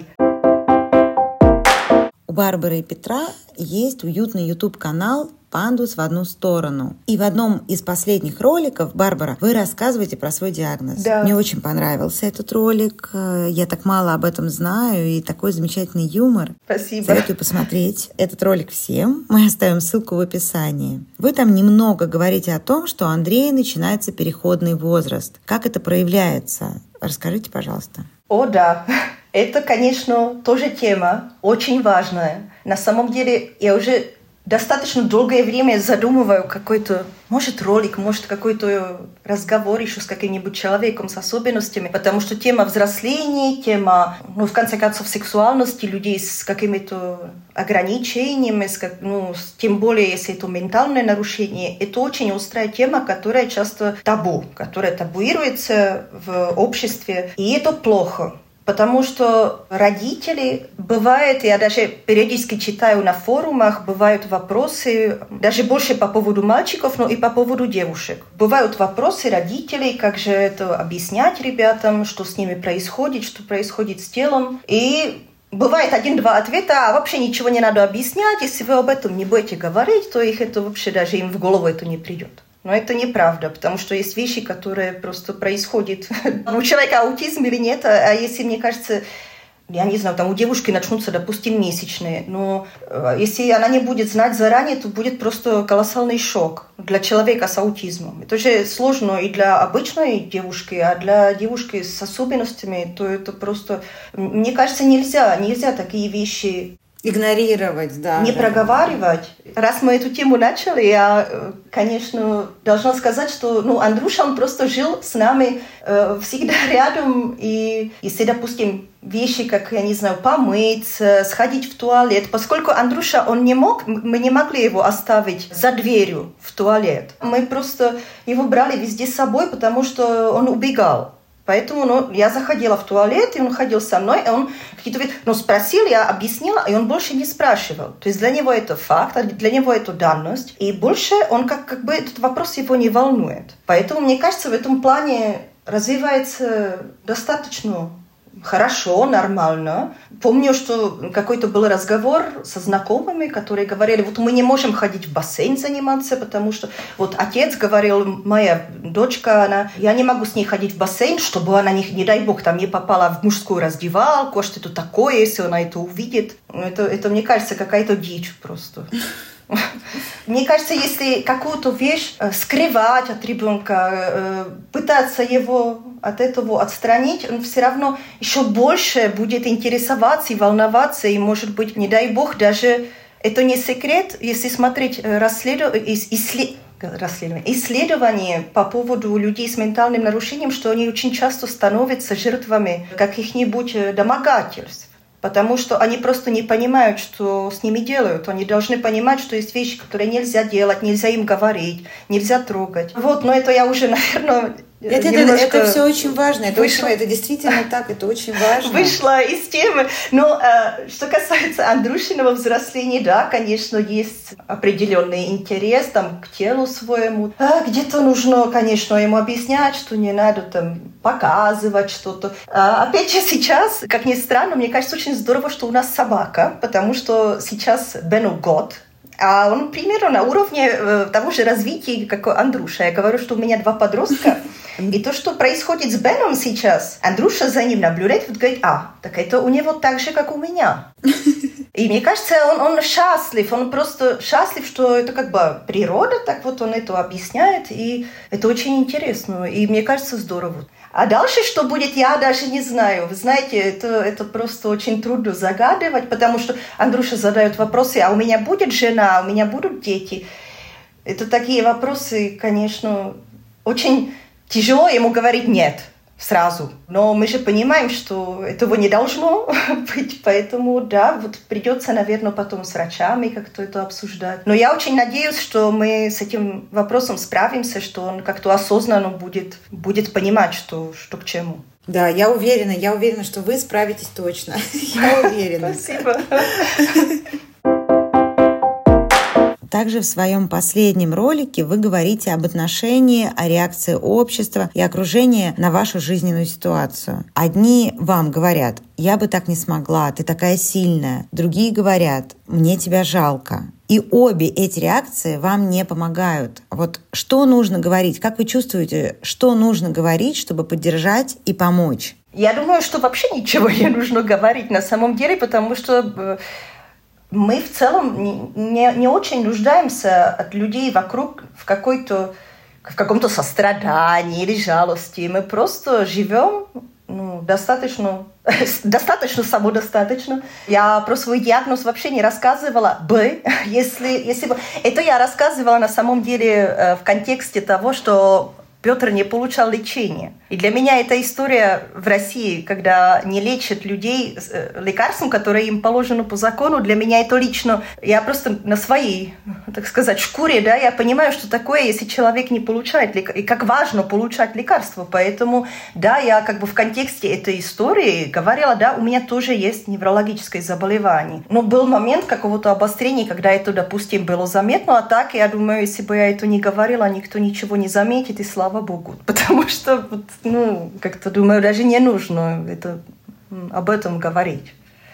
У Барбары и Петра есть уютный YouTube-канал «Пандус в одну сторону». И в одном из последних роликов, Барбара, вы рассказываете про свой диагноз. Да. Мне очень понравился этот ролик. Я так мало об этом знаю. И такой замечательный юмор. Спасибо. Советую посмотреть этот ролик всем. Мы оставим ссылку в описании. Вы там немного говорите о том, что у Андрея начинается переходный возраст. Как это проявляется? Расскажите, пожалуйста. О, да. Это, конечно, тоже тема очень важная. На самом деле, я уже достаточно долгое время задумываю какой-то, может, ролик, может, какой-то разговор еще с каким-нибудь человеком с особенностями, потому что тема взросления, тема, ну, в конце концов, сексуальности людей с какими-то ограничениями, с, ну, тем более, если это ментальное нарушение, это очень острая тема, которая часто табу, которая табуируется в обществе, и это плохо. Потому что родители, бывает, я даже периодически читаю на форумах, бывают вопросы, даже больше по поводу мальчиков, но и по поводу девушек. Бывают вопросы родителей, как же это объяснять ребятам, что с ними происходит, что происходит с телом. И бывает один-два ответа, а вообще ничего не надо объяснять, если вы об этом не будете говорить, то их это вообще даже им в голову это не придет. Но это неправда, потому что есть вещи, которые просто происходят. У человека аутизм или нет, а если, мне кажется, я не знаю, там у девушки начнутся, допустим, месячные, но если она не будет знать заранее, то будет просто колоссальный шок для человека с аутизмом. Это же сложно и для обычной девушки, а для девушки с особенностями, то это просто, мне кажется, нельзя, нельзя такие вещи игнорировать, да. Не да. проговаривать. Раз мы эту тему начали, я, конечно, должна сказать, что ну, Андруша, он просто жил с нами э, всегда рядом. И если, допустим, вещи, как, я не знаю, помыться, сходить в туалет, поскольку Андруша, он не мог, мы не могли его оставить за дверью в туалет. Мы просто его брали везде с собой, потому что он убегал. Поэтому ну, я заходила в туалет, и он ходил со мной, и он какие-то вещи, ну, спросил, я объяснила, и он больше не спрашивал. То есть для него это факт, для него это данность, и больше он как, как бы этот вопрос его не волнует. Поэтому, мне кажется, в этом плане развивается достаточно хорошо, нормально. Помню, что какой-то был разговор со знакомыми, которые говорили, вот мы не можем ходить в бассейн заниматься, потому что вот отец говорил, моя дочка, она, я не могу с ней ходить в бассейн, чтобы она, не, не дай бог, там не попала в мужскую раздевалку, что это такое, если она это увидит. Это, это мне кажется, какая-то дичь просто. Мне кажется, если какую-то вещь э, скрывать от ребенка, э, пытаться его от этого отстранить, он все равно еще больше будет интересоваться и волноваться, и, может быть, не дай бог, даже это не секрет, если смотреть расследование, исслед... расследование, исследования по поводу людей с ментальным нарушением, что они очень часто становятся жертвами каких-нибудь домогательств. потому что они просто не понимают, что с ними делают. Они должны понимать, что есть вещи, которые нельзя делать, нельзя им говорить, нельзя трогать. Вот, но это я уже, наверное... Это, это, это все очень важно, это, очень, это действительно так, это очень важно. Вышла из темы. Но э, что касается Андрюшиного взросления, да, конечно, есть определенный интерес там, к телу своему. А, где-то нужно, конечно, ему объяснять, что не надо там показывать что-то. А, опять же, сейчас, как ни странно, мне кажется, очень здорово, что у нас собака, потому что сейчас Бену год. А он примерно на уровне э, того же развития, как Андрюша. Я говорю, что у меня два подростка. И то, что происходит с Беном сейчас, Андрюша за ним наблюдает, вот говорит, а, так это у него так же, как у меня. И мне кажется, он, он счастлив, он просто счастлив, что это как бы природа, так вот он это объясняет, и это очень интересно, и мне кажется, здорово. А дальше что будет, я даже не знаю. Вы знаете, это, это просто очень трудно загадывать, потому что Андрюша задает вопросы, а у меня будет жена, у меня будут дети. Это такие вопросы, конечно, очень тяжело ему говорить «нет» сразу. Но мы же понимаем, что этого не должно быть, поэтому, да, вот придется, наверное, потом с врачами как-то это обсуждать. Но я очень надеюсь, что мы с этим вопросом справимся, что он как-то осознанно будет, будет понимать, что, что к чему. Да, я уверена, я уверена, что вы справитесь точно. Я уверена. Спасибо. Также в своем последнем ролике вы говорите об отношении, о реакции общества и окружения на вашу жизненную ситуацию. Одни вам говорят: «Я бы так не смогла, ты такая сильная». Другие говорят: «Мне тебя жалко». И обе эти реакции вам не помогают. Вот что нужно говорить? Как вы чувствуете, что нужно говорить, чтобы поддержать и помочь? Я думаю, что вообще ничего не нужно говорить на самом деле, потому что мы в целом не, не, не очень нуждаемся от людей вокруг в какой-то, в каком-то сострадании или жалости. Мы просто живем ну, достаточно, достаточно самодостаточно. Я про свой диагноз вообще не рассказывала бы, если, если бы... Это я рассказывала на самом деле в контексте того, что Петр не получал лечения. И для меня эта история в России, когда не лечат людей лекарством, которое им положено по закону, для меня это лично, я просто на своей, так сказать, шкуре, да, я понимаю, что такое, если человек не получает, и как важно получать лекарства. Поэтому, да, я как бы в контексте этой истории говорила, да, у меня тоже есть неврологическое заболевание. Но был момент какого-то обострения, когда это, допустим, было заметно, а так, я думаю, если бы я это не говорила, никто ничего не заметит, и слава Богу. Потому что, ну, как-то думаю, даже не нужно это, об этом говорить.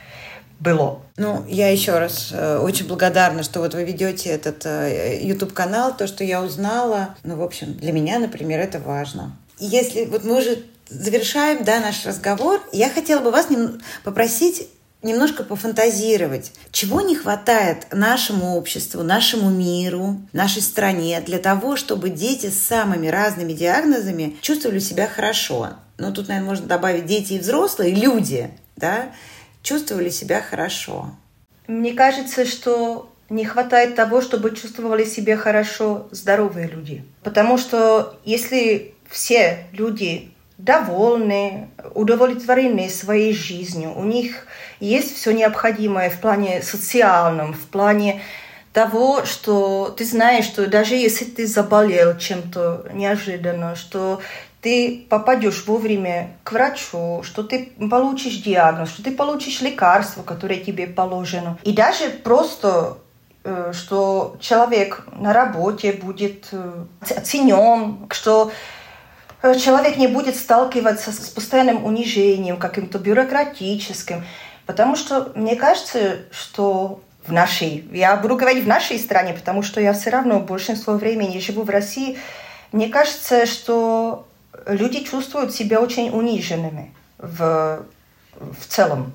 Было. Ну, я еще раз э, очень благодарна, что вот вы ведете этот э, YouTube-канал, то, что я узнала. Ну, в общем, для меня, например, это важно. И если вот мы уже завершаем, да, наш разговор, я хотела бы вас нем... попросить немножко пофантазировать, чего не хватает нашему обществу, нашему миру, нашей стране для того, чтобы дети с самыми разными диагнозами чувствовали себя хорошо. Ну, тут, наверное, можно добавить дети и взрослые, люди, да, чувствовали себя хорошо. Мне кажется, что не хватает того, чтобы чувствовали себя хорошо здоровые люди. Потому что если все люди довольны, удовлетворены своей жизнью, у них есть все необходимое в плане социальном, в плане того, что ты знаешь, что даже если ты заболел чем-то неожиданно, что ты попадешь вовремя к врачу, что ты получишь диагноз, что ты получишь лекарство, которое тебе положено. И даже просто, что человек на работе будет оценен, что человек не будет сталкиваться с постоянным унижением, каким-то бюрократическим. Потому что мне кажется, что в нашей, я буду говорить в нашей стране, потому что я все равно большинство времени живу в России, мне кажется, что люди чувствуют себя очень униженными в, в целом.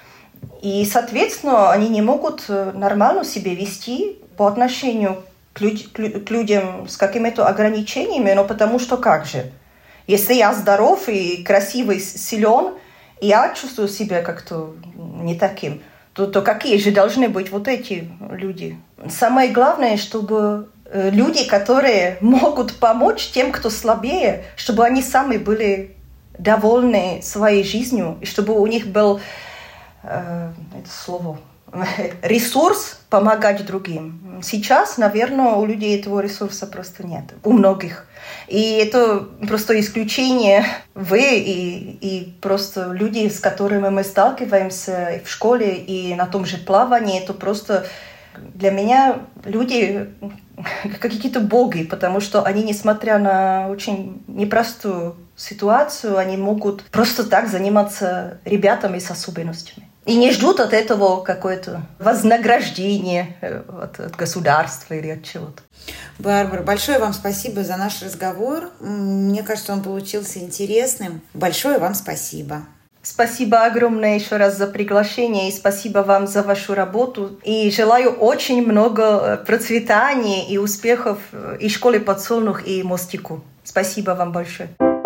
И, соответственно, они не могут нормально себя вести по отношению к, люд, к людям с какими-то ограничениями, но потому что как же? Если я здоров и красивый, силен, и я чувствую себя как-то не таким, то, то какие же должны быть вот эти люди? Самое главное, чтобы люди, которые могут помочь тем, кто слабее, чтобы они сами были довольны своей жизнью, и чтобы у них был это слово, ресурс помогать другим. Сейчас, наверное, у людей этого ресурса просто нет. У многих. И это просто исключение. Вы и, и просто люди, с которыми мы сталкиваемся в школе и на том же плавании, это просто для меня люди какие-то боги, потому что они, несмотря на очень непростую ситуацию, они могут просто так заниматься ребятами с особенностями. И не ждут от этого какое-то вознаграждение от, от государства или от чего-то. Барбара, большое вам спасибо за наш разговор. Мне кажется, он получился интересным. Большое вам спасибо. Спасибо огромное еще раз за приглашение и спасибо вам за вашу работу. И желаю очень много процветания и успехов и школе Подсолнух, и Мостику. Спасибо вам большое.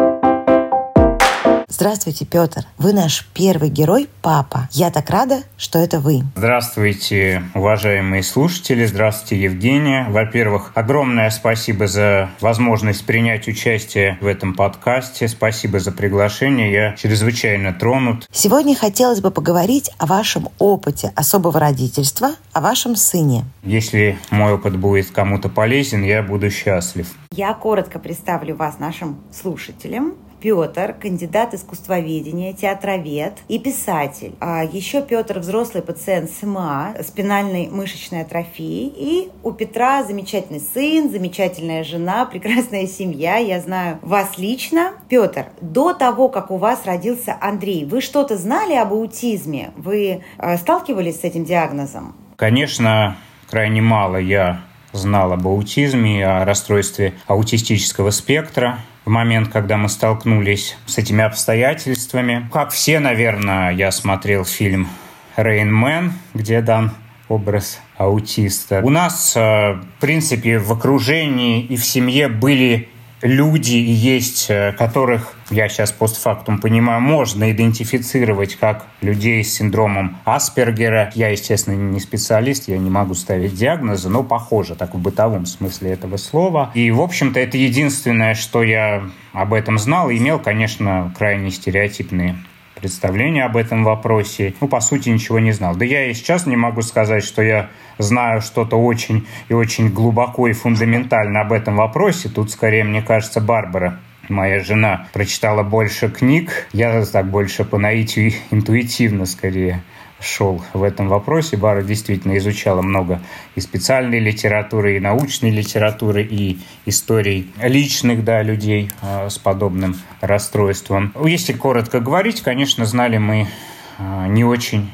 Здравствуйте, Петр. Вы наш первый герой, папа. Я так рада, что это вы. Здравствуйте, уважаемые слушатели. Здравствуйте, Евгения. Во-первых, огромное спасибо за возможность принять участие в этом подкасте. Спасибо за приглашение. Я чрезвычайно тронут. Сегодня хотелось бы поговорить о вашем опыте особого родительства, о вашем сыне. Если мой опыт будет кому-то полезен, я буду счастлив. Я коротко представлю вас нашим слушателям. Петр – кандидат искусствоведения, театровед и писатель. А еще Петр – взрослый пациент СМА, спинальной мышечной атрофии. И у Петра замечательный сын, замечательная жена, прекрасная семья. Я знаю вас лично. Петр, до того, как у вас родился Андрей, вы что-то знали об аутизме? Вы э, сталкивались с этим диагнозом? Конечно, крайне мало я знал об аутизме и о расстройстве аутистического спектра. В момент, когда мы столкнулись с этими обстоятельствами. Как все, наверное, я смотрел фильм «Рейн Мэн», где дан образ аутиста. У нас, в принципе, в окружении и в семье были люди и есть, которых, я сейчас постфактум понимаю, можно идентифицировать как людей с синдромом Аспергера. Я, естественно, не специалист, я не могу ставить диагнозы, но похоже, так в бытовом смысле этого слова. И, в общем-то, это единственное, что я об этом знал, и имел, конечно, крайне стереотипные представление об этом вопросе. Ну, по сути, ничего не знал. Да я и сейчас не могу сказать, что я знаю что-то очень и очень глубоко и фундаментально об этом вопросе. Тут, скорее, мне кажется, Барбара, моя жена, прочитала больше книг. Я так больше по наитию интуитивно, скорее, шел в этом вопросе. Бара действительно изучала много и специальной литературы, и научной литературы, и историй личных, да, людей э, с подобным расстройством. Если коротко говорить, конечно, знали мы э, не очень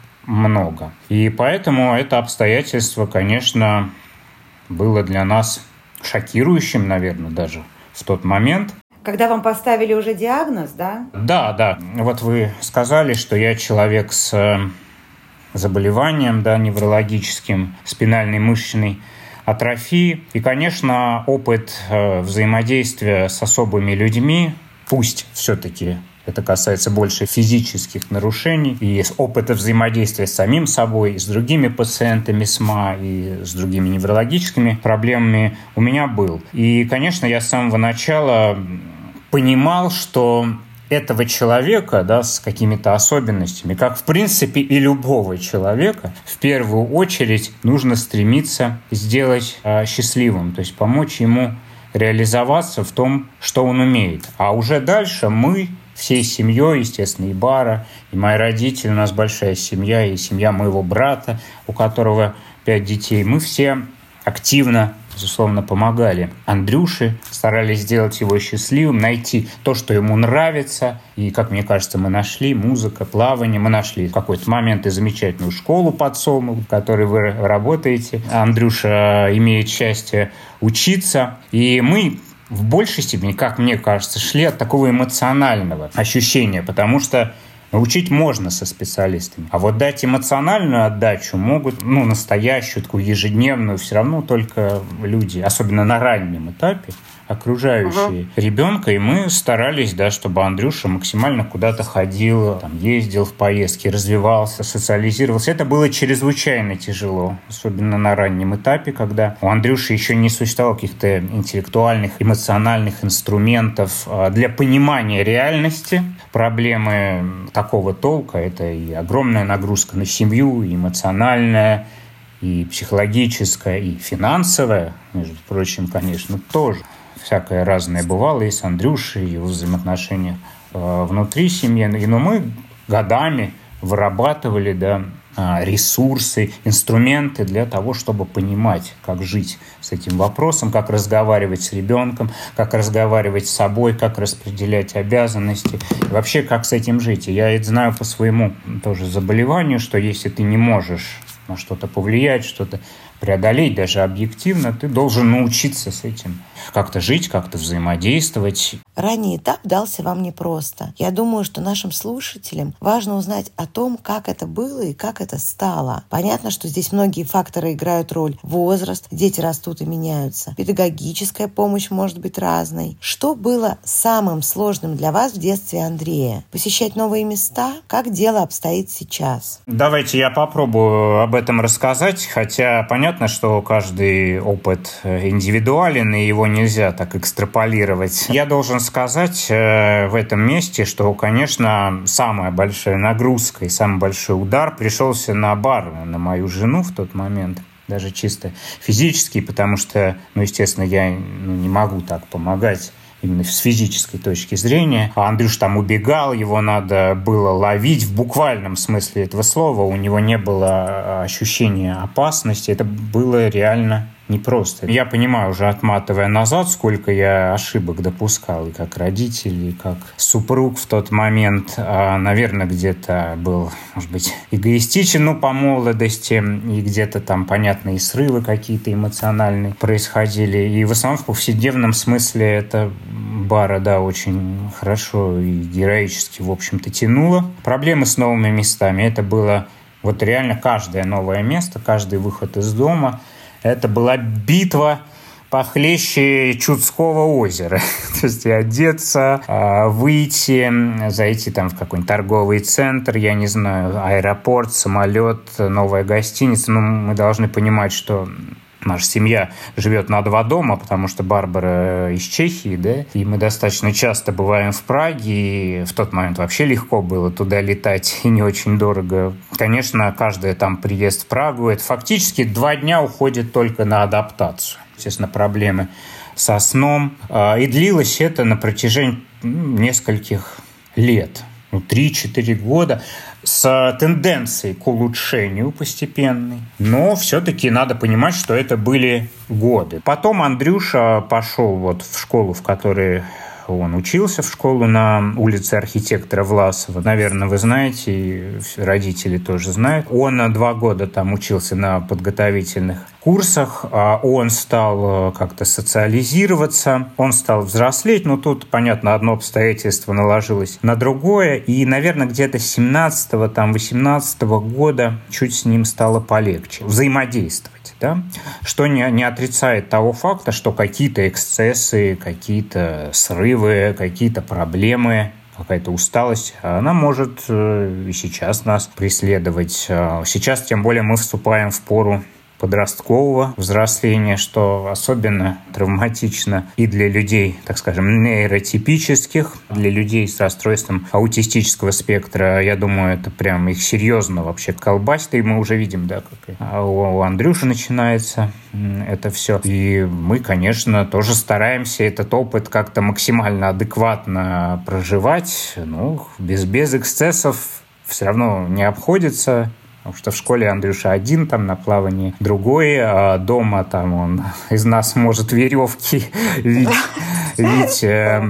много. И поэтому это обстоятельство, конечно, было для нас шокирующим, наверное, даже в тот момент. Когда вам поставили уже диагноз, да? Да, да. Вот вы сказали, что я человек с заболеванием, да, неврологическим, спинальной мышечной атрофии. И, конечно, опыт взаимодействия с особыми людьми, пусть все-таки это касается больше физических нарушений, и опыта взаимодействия с самим собой, и с другими пациентами СМА, и с другими неврологическими проблемами у меня был. И, конечно, я с самого начала понимал, что этого человека, да, с какими-то особенностями, как, в принципе, и любого человека, в первую очередь нужно стремиться сделать э, счастливым, то есть помочь ему реализоваться в том, что он умеет. А уже дальше мы всей семьей, естественно, и Бара, и мои родители, у нас большая семья, и семья моего брата, у которого пять детей, мы все активно, безусловно, помогали Андрюше, старались сделать его счастливым, найти то, что ему нравится. И, как мне кажется, мы нашли музыка, плавание. Мы нашли в какой-то момент и замечательную школу Подсолнух, в которой вы работаете. Андрюша имеет счастье учиться. И мы в большей степени, как мне кажется, шли от такого эмоционального ощущения, потому что научить можно со специалистами, а вот дать эмоциональную отдачу могут, ну, настоящую, такую ежедневную, все равно только люди, особенно на раннем этапе, окружающие uh-huh. ребенка, и мы старались, да, чтобы Андрюша максимально куда-то ходил, там, ездил в поездки, развивался, социализировался. Это было чрезвычайно тяжело, особенно на раннем этапе, когда у Андрюши еще не существовало каких-то интеллектуальных, эмоциональных инструментов для понимания реальности. Проблемы такого толка – это и огромная нагрузка на семью, и эмоциональная, и психологическая, и финансовая, между прочим, конечно, тоже. Всякое разное бывало и с Андрюшей, и в взаимоотношениях э, внутри семьи. Но мы годами вырабатывали, да, ресурсы, инструменты для того, чтобы понимать, как жить с этим вопросом, как разговаривать с ребенком, как разговаривать с собой, как распределять обязанности, и вообще, как с этим жить. И я это знаю по своему тоже заболеванию, что если ты не можешь на что-то повлиять, что-то преодолеть, даже объективно, ты должен научиться с этим как-то жить, как-то взаимодействовать. Ранний этап дался вам непросто. Я думаю, что нашим слушателям важно узнать о том, как это было и как это стало. Понятно, что здесь многие факторы играют роль. Возраст, дети растут и меняются. Педагогическая помощь может быть разной. Что было самым сложным для вас в детстве Андрея? Посещать новые места? Как дело обстоит сейчас? Давайте я попробую об этом рассказать, хотя понятно, что каждый опыт индивидуален, и его нельзя так экстраполировать. Я должен сказать э, в этом месте, что, конечно, самая большая нагрузка и самый большой удар пришелся на Барбару, на мою жену в тот момент. Даже чисто физически, потому что, ну, естественно, я ну, не могу так помогать именно с физической точки зрения. А Андрюш там убегал, его надо было ловить в буквальном смысле этого слова. У него не было ощущения опасности. Это было реально непросто. Я понимаю, уже отматывая назад, сколько я ошибок допускал, и как родитель, и как супруг в тот момент. А, наверное, где-то был, может быть, эгоистичен, ну, по молодости, и где-то там, понятно, и срывы какие-то эмоциональные происходили. И в основном в повседневном смысле это Бара, да, очень хорошо и героически, в общем-то, тянула. Проблемы с новыми местами. Это было вот реально каждое новое место, каждый выход из дома. Это была битва похлеще Чудского озера. То есть и одеться, выйти, зайти там в какой-нибудь торговый центр, я не знаю, аэропорт, самолет, новая гостиница. Ну, мы должны понимать, что наша семья живет на два дома, потому что Барбара из Чехии, да, и мы достаточно часто бываем в Праге, и в тот момент вообще легко было туда летать, и не очень дорого. Конечно, каждый там приезд в Прагу, это фактически два дня уходит только на адаптацию. Естественно, проблемы со сном. И длилось это на протяжении нескольких лет, ну, три-четыре года, с тенденцией к улучшению постепенной. Но все-таки надо понимать, что это были годы. Потом Андрюша пошел вот в школу, в которой он учился, в школу на улице архитектора Власова. Наверное, вы знаете, родители тоже знают. Он два года там учился на подготовительных курсах. Он стал как-то социализироваться, он стал взрослеть. Но тут, понятно, одно обстоятельство наложилось на другое. И, наверное, где-то с семнадцатого, там, восемнадцатого года чуть с ним стало полегче взаимодействовать. Да? Что не, не отрицает того факта, что какие-то эксцессы, какие-то срывы, какие-то проблемы, какая-то усталость, она может и сейчас нас преследовать. Сейчас, тем более, мы вступаем в пору подросткового взросления, что особенно травматично и для людей, так скажем, нейротипических, для людей с расстройством аутистического спектра. Я думаю, это прям их серьезно вообще колбасит, и мы уже видим, да, как у Андрюши начинается это все. И мы, конечно, тоже стараемся этот опыт как-то максимально адекватно проживать, ну, без, без эксцессов все равно не обходится. Потому что в школе Андрюша один, там на плавании другой, а дома там он из нас может веревки вить, вить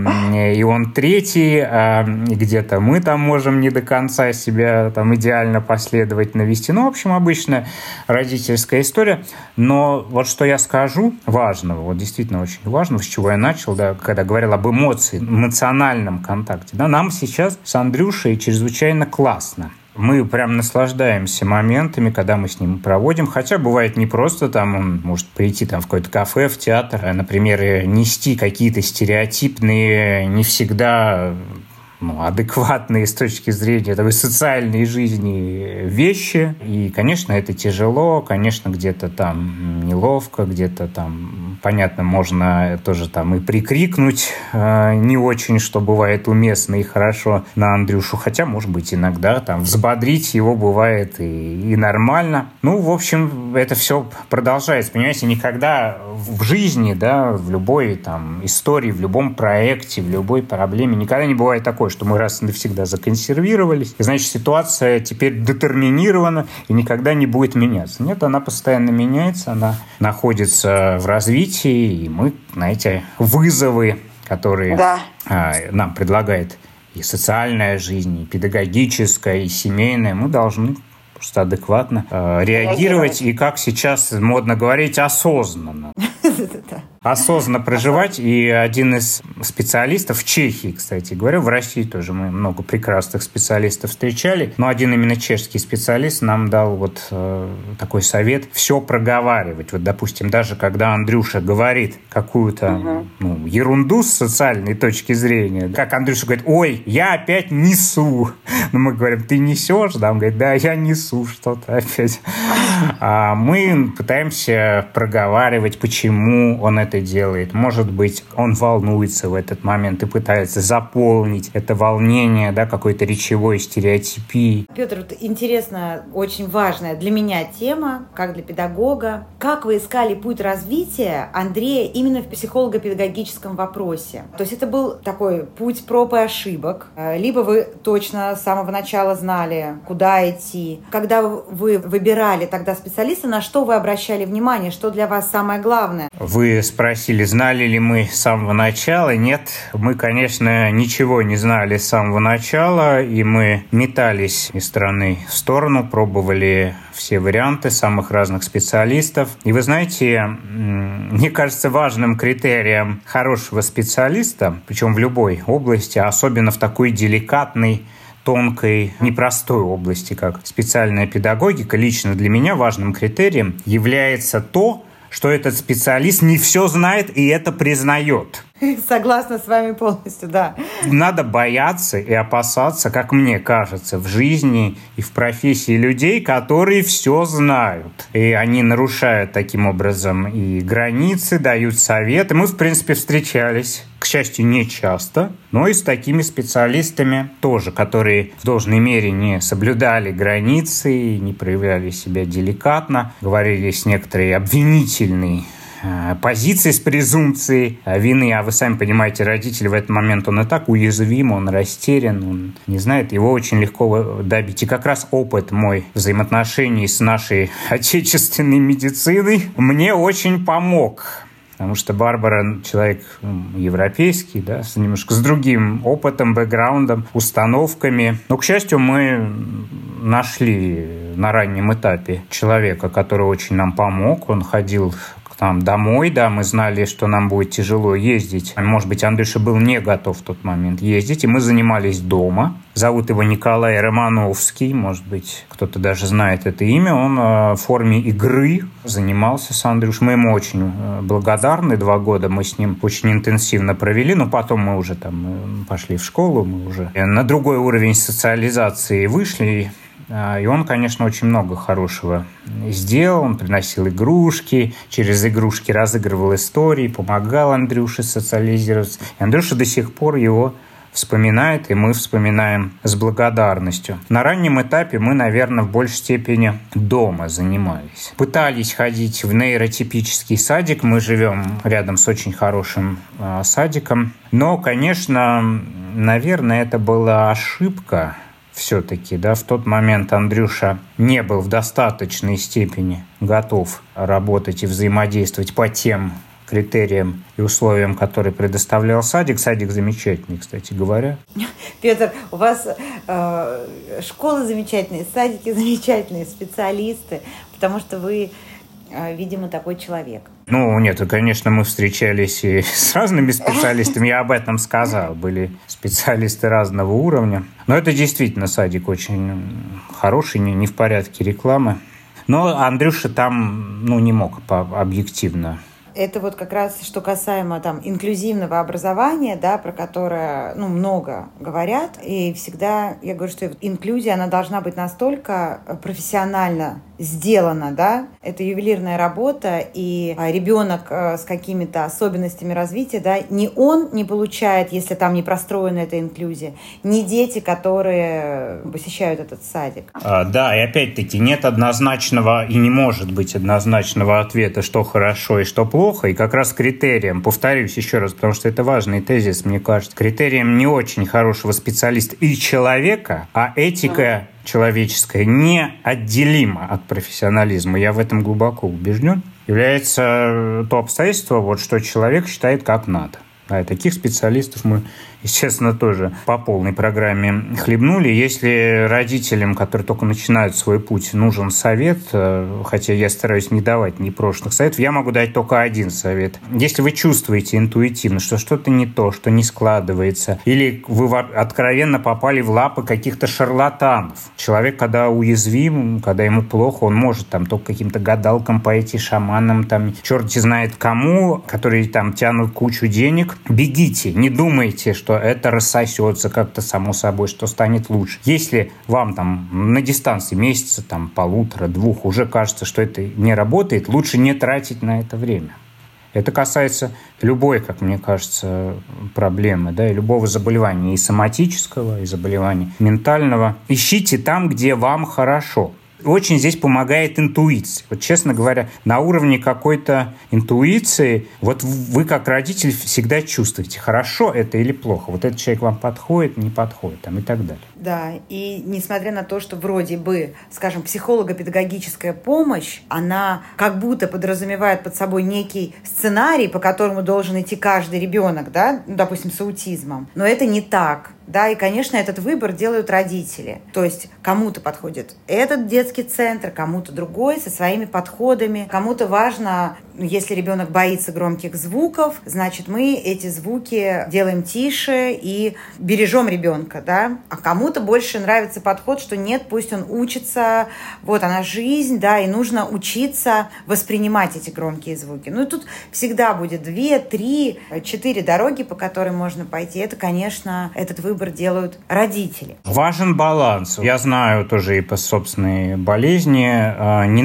э, и он третий, а где-то мы там можем не до конца себя там идеально последовательно вести. Ну, в общем, обычная родительская история. Но вот что я скажу важного, вот действительно очень важного, с чего я начал, да, когда говорил об эмоции, эмоциональном контакте. Да, нам сейчас с Андрюшей чрезвычайно классно. Мы прям наслаждаемся моментами, когда мы с ним проводим. Хотя бывает не просто там, он может прийти там в какое-то кафе, в театр, а, например, нести какие-то стереотипные, не всегда ну, адекватные с точки зрения такой социальной жизни вещи. И, конечно, это тяжело, конечно, где-то там неловко, где-то там, понятно, можно тоже там и прикрикнуть э, не очень, что бывает уместно и хорошо на Андрюшу, хотя, может быть, иногда там взбодрить его бывает и, и нормально. Ну, в общем, это все продолжается, понимаете, никогда в жизни, да, в любой там истории, в любом проекте, в любой проблеме никогда не бывает такое, что мы раз и навсегда законсервировались, и, значит, ситуация теперь детерминирована и никогда не будет меняться. Нет, она постоянно меняется, она находится в развитии, и мы на эти вызовы, которые да. а, нам предлагает и социальная жизнь, и педагогическая, и семейная, мы должны просто адекватно э, реагировать, и, как сейчас модно говорить, осознанно. Осознанно проживать. И один из специалистов в Чехии, кстати говоря, в России тоже мы много прекрасных специалистов встречали, но один именно чешский специалист нам дал вот э, такой совет: все проговаривать. Вот, допустим, даже когда Андрюша говорит какую-то угу. ну, ерунду с социальной точки зрения, как Андрюша говорит: ой, я опять несу. Ну, мы говорим: ты несешь? Да, он говорит: да, я несу что-то опять. А мы пытаемся проговаривать, почему он это делает. Может быть, он волнуется в этот момент и пытается заполнить это волнение, да, какой-то речевой стереотипией. Петр, интересно, очень важная для меня тема, как для педагога. Как вы искали путь развития Андрея именно в психолого-педагогическом вопросе? То есть это был такой путь проб и ошибок, либо вы точно с самого начала знали, куда идти? Когда вы выбирали тогда специалиста, на что вы обращали внимание, что для вас самое главное? Вы спросили, знали ли мы с самого начала? Нет, мы, конечно, ничего не знали с самого начала, и мы метались из стороны в сторону, пробовали все варианты самых разных специалистов. И вы знаете, мне кажется, важным критерием хорошего специалиста, причем в любой области, особенно в такой деликатной, тонкой, непростой области, как специальная педагогика, лично для меня важным критерием является то, что этот специалист не все знает и это признает. Согласна с вами полностью, да. Надо бояться и опасаться, как мне кажется, в жизни и в профессии людей, которые все знают. И они нарушают таким образом и границы, дают советы. Мы, в принципе, встречались, к счастью, не часто, но и с такими специалистами тоже, которые в должной мере не соблюдали границы, не проявляли себя деликатно, говорили с некоторой обвинительной позиции, с презумпцией вины, а вы сами понимаете, родители в этот момент, он и так уязвим, он растерян, он не знает, его очень легко добить. И как раз опыт мой взаимоотношений с нашей отечественной медициной мне очень помог. Потому что Барбара человек европейский, да, с немножко с другим опытом, бэкграундом, установками. Но, к счастью, мы нашли на раннем этапе человека, который очень нам помог. Он ходил там домой, да, мы знали, что нам будет тяжело ездить. Может быть, Андрюша был не готов в тот момент ездить, и мы занимались дома. Зовут его Николай Романовский, может быть, кто-то даже знает это имя. Он в форме игры занимался с Андрюшей. Мы ему очень благодарны. Два года мы с ним очень интенсивно провели, но потом мы уже там пошли в школу, мы уже на другой уровень социализации вышли. И он, конечно, очень много хорошего сделал. Он приносил игрушки, через игрушки разыгрывал истории, помогал Андрюше социализироваться. И Андрюша до сих пор его вспоминает, и мы вспоминаем с благодарностью. На раннем этапе мы, наверное, в большей степени дома занимались. Пытались ходить в нейротипический садик. Мы живем рядом с очень хорошим э, садиком. Но, конечно, наверное, это была ошибка. Все-таки, да, в тот момент Андрюша не был в достаточной степени готов работать и взаимодействовать по тем критериям и условиям, которые предоставлял садик. Садик замечательный, кстати говоря. Петр, у вас э, школы замечательные, садики замечательные, специалисты, потому что вы, э, видимо, такой человек. Ну, нет, конечно, мы встречались и с разными специалистами, я об этом сказал. Были специалисты разного уровня. Но это действительно садик очень хороший, не, не в порядке рекламы. Но Андрюша там, ну, не мог объективно. Это вот как раз, что касаемо там инклюзивного образования, да, про которое, ну, много говорят. И всегда я говорю, что инклюзия, она должна быть настолько профессионально сделана, да. Это ювелирная работа, и ребенок с какими-то особенностями развития, да, ни он не получает, если там не простроена эта инклюзия, ни дети, которые посещают этот садик. А, да, и опять-таки нет однозначного и не может быть однозначного ответа, что хорошо и что плохо. И как раз критерием, повторюсь еще раз, потому что это важный тезис, мне кажется, критерием не очень хорошего специалиста и человека, а этика человеческая неотделима от профессионализма. Я в этом глубоко убежден. Является то обстоятельство, вот, что человек считает как надо. А таких специалистов мы, естественно, тоже по полной программе хлебнули. Если родителям, которые только начинают свой путь, нужен совет, хотя я стараюсь не давать непрошенных советов, я могу дать только один совет. Если вы чувствуете интуитивно, что что-то не то, что не складывается, или вы откровенно попали в лапы каких-то шарлатанов. Человек, когда уязвим, когда ему плохо, он может там только каким-то гадалкам пойти, шаманам, там, черти знает кому, которые там тянут кучу денег. Бегите, не думайте, что это рассосется как-то само собой, что станет лучше. Если вам там на дистанции месяца, там, полутора, двух уже кажется, что это не работает, лучше не тратить на это время. Это касается любой, как мне кажется, проблемы, да, и любого заболевания, и соматического, и заболевания ментального. Ищите там, где вам хорошо. Очень здесь помогает интуиция. Вот, честно говоря, на уровне какой-то интуиции, вот вы как родитель всегда чувствуете, хорошо это или плохо. Вот этот человек вам подходит, не подходит, там, и так далее. Да, и несмотря на то, что вроде бы, скажем, психолого-педагогическая помощь, она как будто подразумевает под собой некий сценарий, по которому должен идти каждый ребенок, да, ну, допустим, с аутизмом. Но это не так. Да, и, конечно, этот выбор делают родители. То есть кому-то подходит этот детский центр, кому-то другой, со своими подходами. Кому-то важно, если ребенок боится громких звуков, значит, мы эти звуки делаем тише и бережем ребенка, да. А кому-то больше нравится подход, что нет, пусть он учится, вот она жизнь, да, и нужно учиться воспринимать эти громкие звуки. Ну и тут всегда будет две, три, четыре дороги, по которым можно пойти. Это, конечно, этот выбор делают родители. Важен баланс. Я знаю тоже и по собственной болезни. Не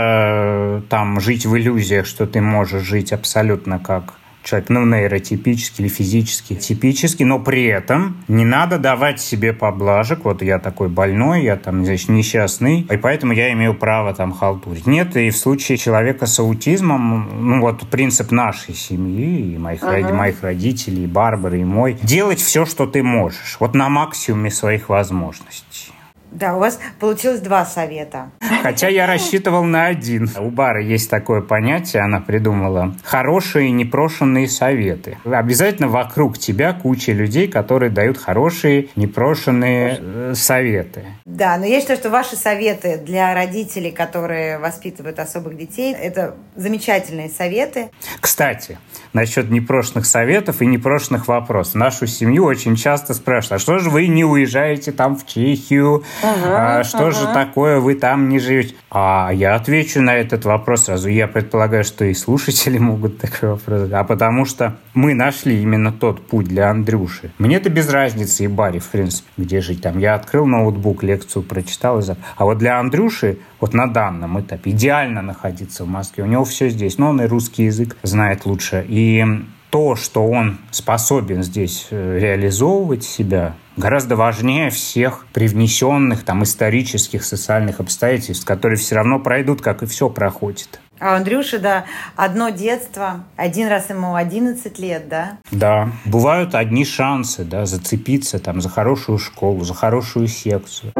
надо там жить в иллюзиях, что ты можешь жить абсолютно как человек, ну, нейротипический или физически типический, но при этом не надо давать себе поблажек. Вот я такой больной, я там, значит, несчастный, и поэтому я имею право там халтурить. Нет, и в случае человека с аутизмом, ну, вот принцип нашей семьи, и моих, uh-huh. роди, моих родителей, и Барбары, и мой, делать все, что ты можешь, вот на максимуме своих возможностей. Да, у вас получилось два совета. Хотя я рассчитывал на один. У Бары есть такое понятие, она придумала. Хорошие непрошенные советы. Обязательно вокруг тебя куча людей, которые дают хорошие непрошенные советы. Да, но я считаю, что ваши советы для родителей, которые воспитывают особых детей, это замечательные советы. Кстати, насчет непрошенных советов и непрошенных вопросов. Нашу семью очень часто спрашивают, а что же вы не уезжаете там в Чехию? Ага, а что ага. же такое, вы там не живете? А я отвечу на этот вопрос сразу. Я предполагаю, что и слушатели могут такой вопрос. А потому что мы нашли именно тот путь для Андрюши. Мне-то без разницы и Баре, в принципе, где жить там. Я открыл ноутбук, лекцию прочитал. А вот для Андрюши вот на данном этапе идеально находиться в Москве. У него все здесь. Но он и русский язык знает лучше. И то, что он способен здесь реализовывать себя, гораздо важнее всех привнесенных там исторических, социальных обстоятельств, которые все равно пройдут, как и все проходит. А у Андрюши, да, одно детство, один раз ему одиннадцать лет, да? Да, бывают одни шансы, да, зацепиться там за хорошую школу, за хорошую секцию.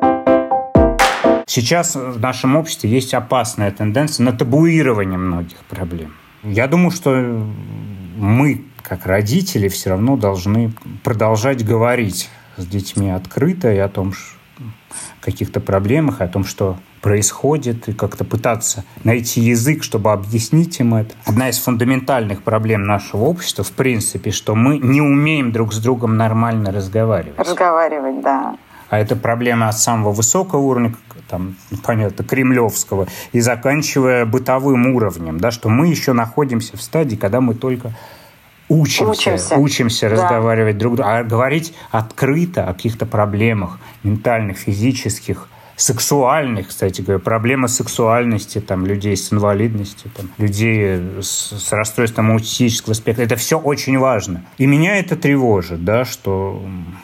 Сейчас в нашем обществе есть опасная тенденция на табуирование многих проблем. Я думаю, что мы, как родители, все равно должны продолжать говорить с детьми открыто и о том, каких-то проблемах, о том, что происходит, и как-то пытаться найти язык, чтобы объяснить им это. Одна из фундаментальных проблем нашего общества, в принципе, что мы не умеем друг с другом нормально разговаривать. Разговаривать, да. А это проблема от самого высокого уровня, там, понятно, кремлевского, и заканчивая бытовым уровнем, да, что мы еще находимся в стадии, когда мы только учимся, учимся, учимся да. разговаривать друг с другом, а говорить открыто о каких-то проблемах ментальных, физических, сексуальных, кстати говоря, проблема сексуальности там, людей с инвалидностью, там, людей с, с расстройством аутистического спектра. Это все очень важно. И меня это тревожит, да, что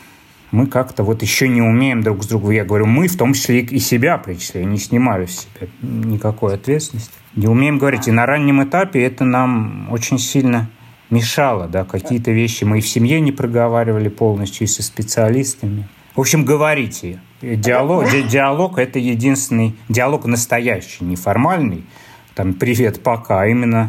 мы как-то вот еще не умеем друг с другом. Я говорю, мы, в том числе и себя причисляю, не снимали с себя никакой ответственности. Не умеем говорить. И на раннем этапе это нам очень сильно мешало. Да, какие-то вещи мы и в семье не проговаривали полностью, и со специалистами. В общем, говорите. Диалог, ди, диалог – это единственный диалог настоящий, не формальный, там «привет, пока», а именно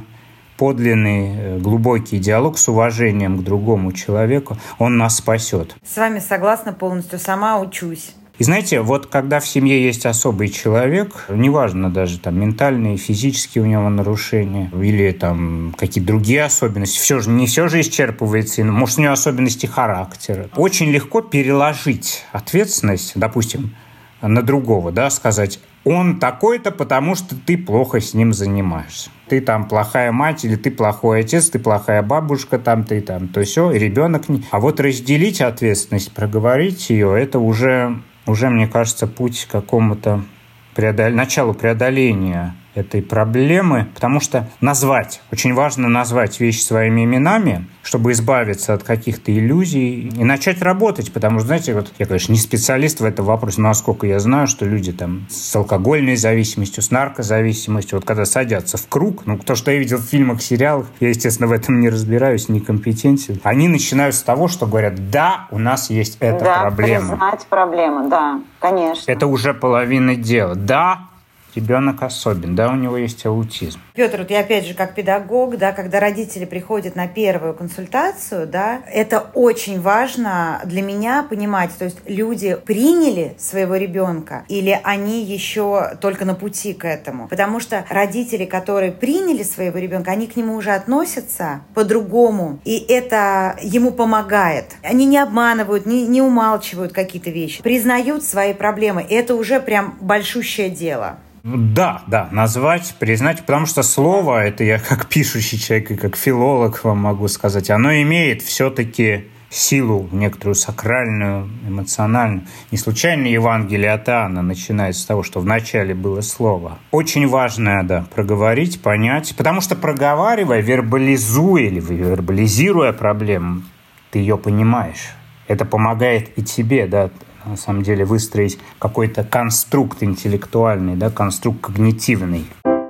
подлинный, глубокий диалог с уважением к другому человеку, он нас спасет. С вами согласна полностью, сама учусь. И знаете, вот когда в семье есть особый человек, неважно даже там ментальные, физические у него нарушения или там какие-то другие особенности, все же, не все же исчерпывается, может, у него особенности характера. Очень легко переложить ответственность, допустим, на другого, да, сказать, он такой-то, потому что ты плохо с ним занимаешься. Ты там плохая мать, или ты плохой отец, ты плохая бабушка, там ты там, то все, и ребенок не. А вот разделить ответственность, проговорить ее, это уже... Уже, мне кажется, путь к какому-то преодол... началу преодоления этой проблемы, потому что назвать, очень важно назвать вещи своими именами, чтобы избавиться от каких-то иллюзий и начать работать, потому что, знаете, вот я, конечно, не специалист в этом вопросе, но насколько я знаю, что люди там с алкогольной зависимостью, с наркозависимостью, вот когда садятся в круг, ну, то, что я видел в фильмах, сериалах, я, естественно, в этом не разбираюсь, некомпетентен, они начинают с того, что говорят, да, у нас есть эта да, проблема. Да, признать проблему, да, конечно. Это уже половина дела. Да, ребенок особен, да, у него есть аутизм. Петр, вот я опять же как педагог, да, когда родители приходят на первую консультацию, да, это очень важно для меня понимать, то есть люди приняли своего ребенка или они еще только на пути к этому, потому что родители, которые приняли своего ребенка, они к нему уже относятся по-другому, и это ему помогает. Они не обманывают, не, не умалчивают какие-то вещи, признают свои проблемы, и это уже прям большущее дело. Да, да, назвать, признать, потому что слово, это я как пишущий человек и как филолог вам могу сказать, оно имеет все-таки силу некоторую сакральную, эмоциональную. Не случайно Евангелие от Иоанна начинается с того, что вначале было слово. Очень важно, да, проговорить, понять, потому что проговаривая, вербализуя или вербализируя проблему, ты ее понимаешь. Это помогает и тебе, да, на самом деле выстроить какой-то конструкт интеллектуальный, да, конструкт когнитивный.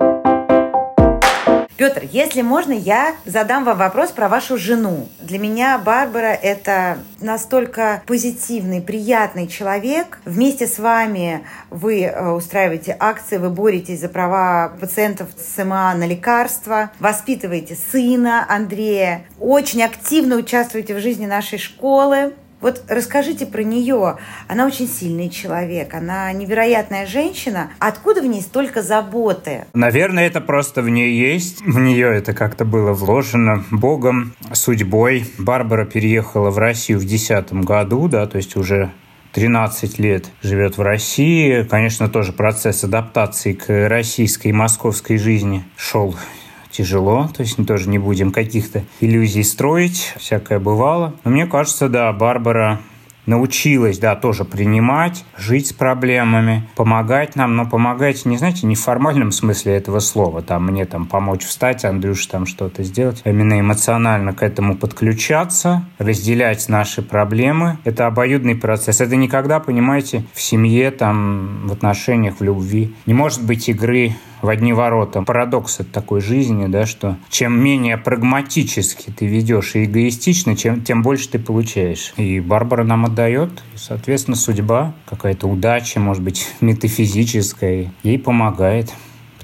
Петр, если можно, я задам вам вопрос про вашу жену. Для меня Барбара – это настолько позитивный, приятный человек. Вместе с вами вы устраиваете акции, вы боретесь за права пациентов с эм а на лекарства, воспитываете сына Андрея, очень активно участвуете в жизни нашей школы. Вот расскажите про нее. Она очень сильный человек, она невероятная женщина. Откуда в ней столько заботы? Наверное, это просто в ней есть. В нее это как-то было вложено Богом, судьбой. Барбара переехала в Россию в две тысячи десятом году, да, то есть уже тринадцать лет живет в России. Конечно, тоже процесс адаптации к российской и московской жизни шел тяжело, то есть мы тоже не будем каких-то иллюзий строить, всякое бывало. Но мне кажется, да, Барбара научилась, да, тоже принимать, жить с проблемами, помогать нам, но помогать, не знаете, не в формальном смысле этого слова, там, мне там помочь встать, Андрюш там что-то сделать, а именно эмоционально к этому подключаться, разделять наши проблемы. Это обоюдный процесс. Это никогда, понимаете, в семье, там, в отношениях, в любви не может быть игры в одни ворота. Парадокс от такой жизни, да, что чем менее прагматически ты ведешь и эгоистично, чем, тем больше ты получаешь. И Барбара нам отдает, и, соответственно, судьба, какая-то удача, может быть, метафизическая, ей помогает.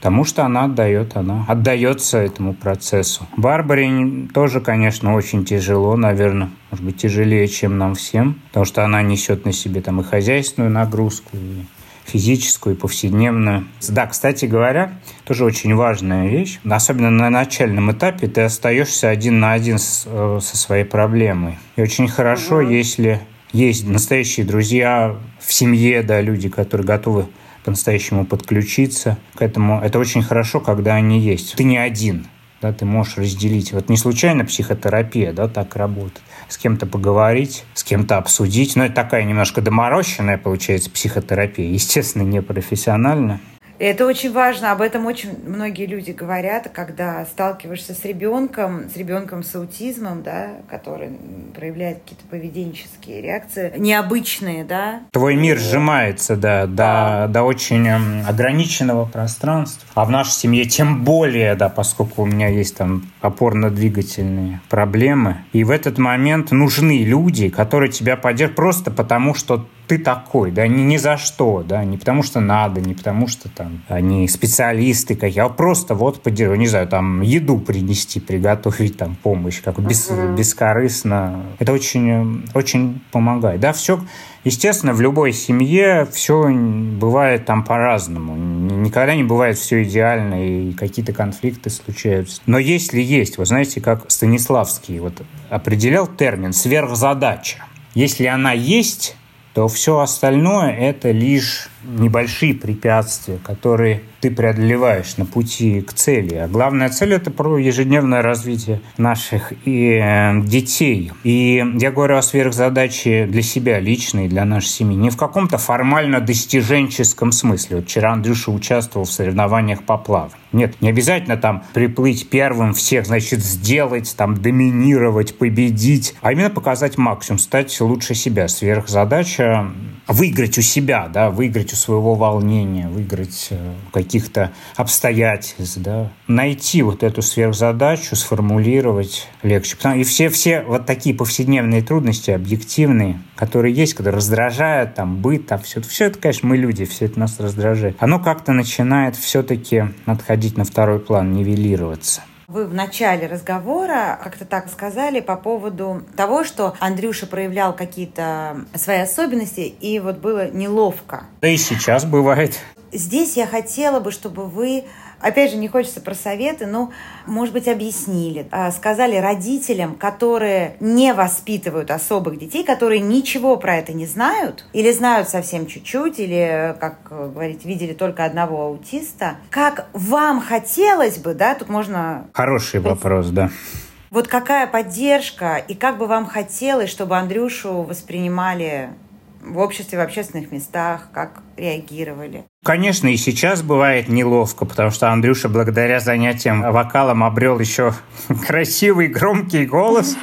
Потому что она отдает, она отдается этому процессу. Барбаре тоже, конечно, очень тяжело, наверное, может быть, тяжелее, чем нам всем, потому что она несет на себе там и хозяйственную нагрузку, и физическую, и повседневную. Да, кстати говоря, тоже очень важная вещь. Особенно на начальном этапе ты остаешься один на один с, со своей проблемой. И очень хорошо, угу. если есть настоящие друзья в семье, да, люди, которые готовы по-настоящему подключиться к этому. Это очень хорошо, когда они есть. Ты не один, да, ты можешь разделить. Вот не случайно психотерапия, да, так работает. С кем-то поговорить, с кем-то обсудить. Но это такая немножко доморощенная, получается, психотерапия. Естественно, не профессиональная. Это очень важно, об этом очень многие люди говорят, когда сталкиваешься с ребенком, с ребенком с аутизмом, да, который проявляет какие-то поведенческие реакции необычные, да. Твой мир сжимается, да, да. До, до очень ограниченного пространства. А в нашей семье тем более, да, поскольку у меня есть там опорно-двигательные проблемы. И в этот момент нужны люди, которые тебя поддержат просто потому, что ты такой, да, не ни за что, да, не потому что надо, не потому что там они специалисты какие, а просто вот поддерживать, не знаю, там еду принести, приготовить, там помощь, как без, uh-huh. бескорыстно. Это очень, очень помогает. Да, все, естественно, в любой семье все бывает там по-разному. Никогда не бывает все идеально, и какие-то конфликты случаются. Но если есть, вы знаете, как Станиславский вот определял термин «сверхзадача». Если она есть, то все остальное – это лишь небольшие препятствия, которые ты преодолеваешь на пути к цели. А главная цель – это про ежедневное развитие наших и, э, детей. И я говорю о сверхзадаче для себя лично и для нашей семьи. Не в каком-то формально-достиженческом смысле. Вот вчера Андрюша участвовал в соревнованиях по плаванию. Нет, не обязательно там приплыть первым, всех, значит, сделать, там, доминировать, победить, а именно показать максимум, стать лучше себя. Сверхзадача – выиграть у себя, да, выиграть у своего волнения, выиграть э, каких-то обстоятельств, да. Найти вот эту сверхзадачу, сформулировать легче. И все, все вот такие повседневные трудности, объективные, которые есть, когда раздражают, там, быт, там, все, все это, конечно, мы люди, все это нас раздражает. Оно как-то начинает все-таки отходить на второй план, нивелироваться. Вы в начале разговора как-то так сказали по поводу того, что Андрюша проявлял какие-то свои особенности, и вот было неловко. Да и сейчас бывает. Здесь я хотела бы, чтобы вы, опять же, не хочется про советы, но, может быть, объяснили, сказали родителям, которые не воспитывают особых детей, которые ничего про это не знают, или знают совсем чуть-чуть, или, как говорить, видели только одного аутиста. Как вам хотелось бы, да, тут можно... Хороший вопрос, да. Вот какая поддержка, и как бы вам хотелось, чтобы Андрюшу воспринимали в обществе, в общественных местах, как реагировали? Конечно, и сейчас бывает неловко, потому что Андрюша благодаря занятиям вокалом обрел еще красивый громкий голос,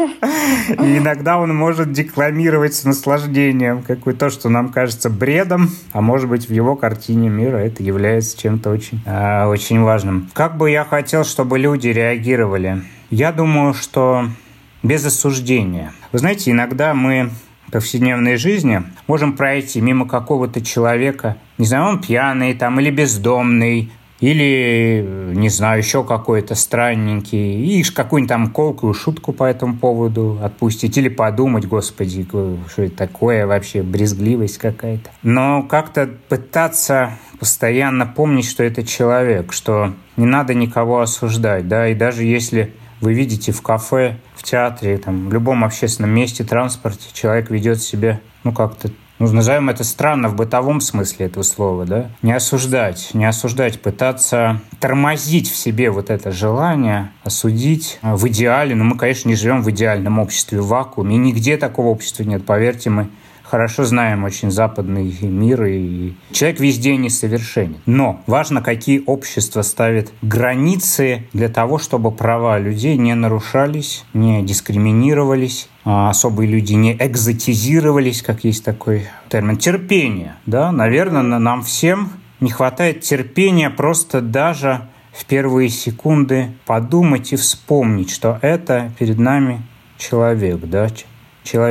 и иногда он может декламировать с наслаждением какое-то то, что нам кажется бредом, а может быть в его картине мира это является чем-то очень, э, очень важным. Как бы я хотел, чтобы люди реагировали? Я думаю, что без осуждения. Вы знаете, иногда мы в повседневной жизни можем пройти мимо какого-то человека, не знаю, он пьяный там или бездомный, или, не знаю, еще какой-то странненький, и какую-нибудь там колкую шутку по этому поводу отпустить, или подумать, господи, что это такое вообще, брезгливость какая-то. Но как-то пытаться постоянно помнить, что это человек, что не надо никого осуждать, да, и даже если вы видите в кафе, в театре, там, в любом общественном месте, транспорте человек ведет себя, ну, как-то, ну, назовем это странно в бытовом смысле этого слова, да, не осуждать, не осуждать, пытаться тормозить в себе вот это желание осудить в идеале. Но мы, конечно, не живем в идеальном обществе, в вакууме, и нигде такого общества нет, поверьте, мы хорошо знаем очень западный мир, и человек везде несовершенен. Но важно, какие общества ставят границы для того, чтобы права людей не нарушались, не дискриминировались, а особые люди не экзотизировались, как есть такой термин. Терпение, да, наверное, нам всем не хватает терпения просто даже в первые секунды подумать и вспомнить, что это перед нами человек, да, человек.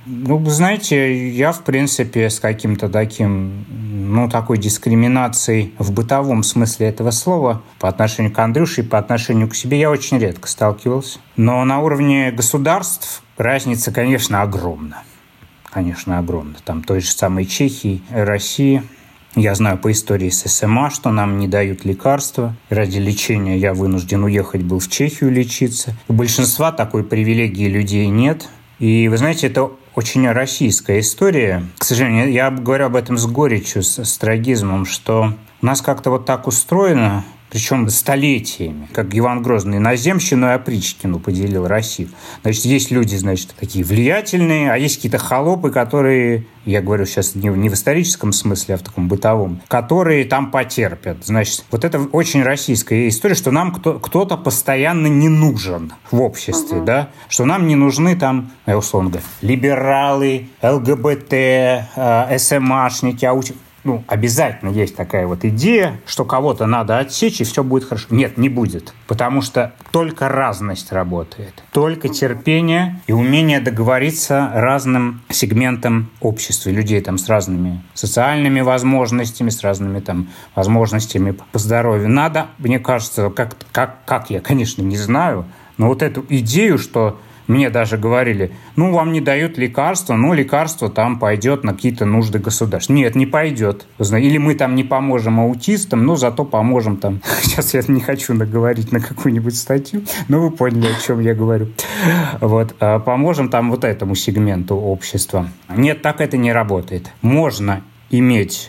Ну, знаете, я, в принципе, с каким-то таким, ну, такой дискриминацией в бытовом смысле этого слова по отношению к Андрюше и по отношению к себе я очень редко сталкивался. Но на уровне государств разница, конечно, огромна. Конечно, огромна. Там той же самой Чехии, России. Я знаю по истории с эс эм а, что нам не дают лекарства. Ради лечения я вынужден уехать был в Чехию лечиться. У большинства такой привилегии людей нет. И, вы знаете, это очень российская история. К сожалению, я говорю об этом с горечью, с, с трагизмом, что у нас как-то вот так устроено, причем столетиями, как Иван Грозный на земщину и опричнину поделил Россию. Значит, есть люди, значит, такие влиятельные, а есть какие-то холопы, которые, я говорю сейчас не в, не в историческом смысле, а в таком бытовом, которые там потерпят. Значит, вот это очень российская история, что нам кто, кто-то постоянно не нужен в обществе, uh-huh. да, что нам не нужны там, я условно говоря, либералы, эл гэ бэ тэ, эс эм ашники, ауч... Ну, обязательно есть такая вот идея, что кого-то надо отсечь, и все будет хорошо. Нет, не будет. Потому что только разность работает. Только терпение и умение договориться разным сегментам общества. Людей там с разными социальными возможностями, с разными там возможностями по здоровью. Надо, мне кажется, как, как, как я, конечно, не знаю, но вот эту идею, что мне даже говорили, ну, вам не дают лекарства, ну, лекарство там пойдет на какие-то нужды государства. Нет, не пойдет. Или мы там не поможем аутистам, но зато поможем там... Сейчас я не хочу наговорить на какую-нибудь статью, но вы поняли, о чем я говорю. Вот. Поможем там вот этому сегменту общества. Нет, так это не работает. Можно иметь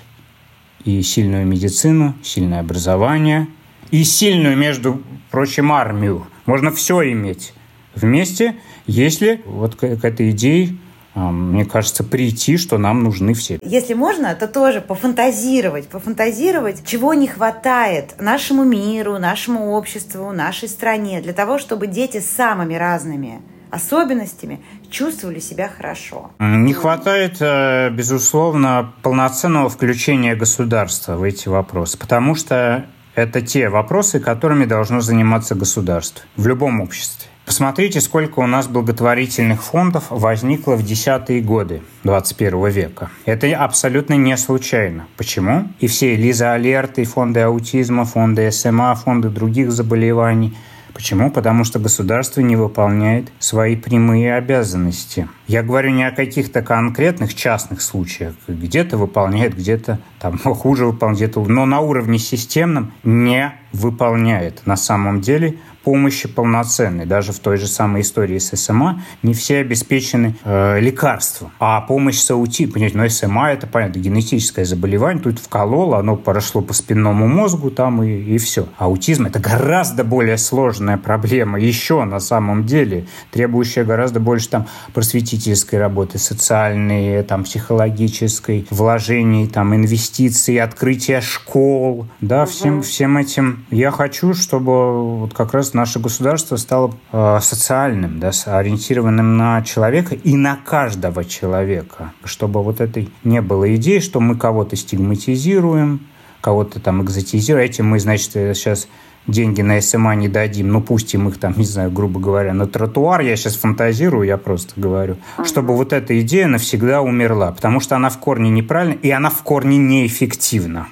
и сильную медицину, сильное образование, и сильную, между прочим, армию. Можно все иметь вместе, если вот к, к этой идее, мне кажется, прийти, что нам нужны все. Если можно, то тоже пофантазировать, пофантазировать, чего не хватает нашему миру, нашему обществу, нашей стране, для того, чтобы дети с самыми разными особенностями чувствовали себя хорошо. Не хватает, безусловно, полноценного включения государства в эти вопросы, потому что это те вопросы, которыми должно заниматься государство в любом обществе. Посмотрите, сколько у нас благотворительных фондов возникло в десятые годы двадцать первого века. Это абсолютно не случайно. Почему? И все Лиза Алерт, и фонды аутизма, фонды эс эм а, фонды других заболеваний. Почему? Потому что государство не выполняет свои прямые обязанности. Я говорю не о каких-то конкретных частных случаях. Где-то выполняет, где-то там хуже выполняет, где-то... но на уровне системном не выполняет на самом деле помощи полноценной. Даже в той же самой истории с эс эм а не все обеспечены э, лекарством. А помощь с аутизмом, понимаете, ну эс эм а это, понятно, генетическое заболевание, тут вкололо, оно прошло по спинному мозгу там и, и все. Аутизм – это гораздо более сложная проблема, еще на самом деле, требующая гораздо больше там просветительской работы, социальной, там, психологической, вложений, там, инвестиций, открытия школ, да, угу. всем, всем этим. Я хочу, чтобы вот как раз наше государство стало э, социальным, да, ориентированным на человека и на каждого человека, чтобы вот этой не было идеи, что мы кого-то стигматизируем, кого-то там экзотизируем. Этим мы, значит, сейчас деньги на эс эм а не дадим, ну пустим их там, не знаю, грубо говоря, на тротуар. Я сейчас фантазирую, я просто говорю, чтобы вот эта идея навсегда умерла, потому что она в корне неправильна и она в корне неэффективна.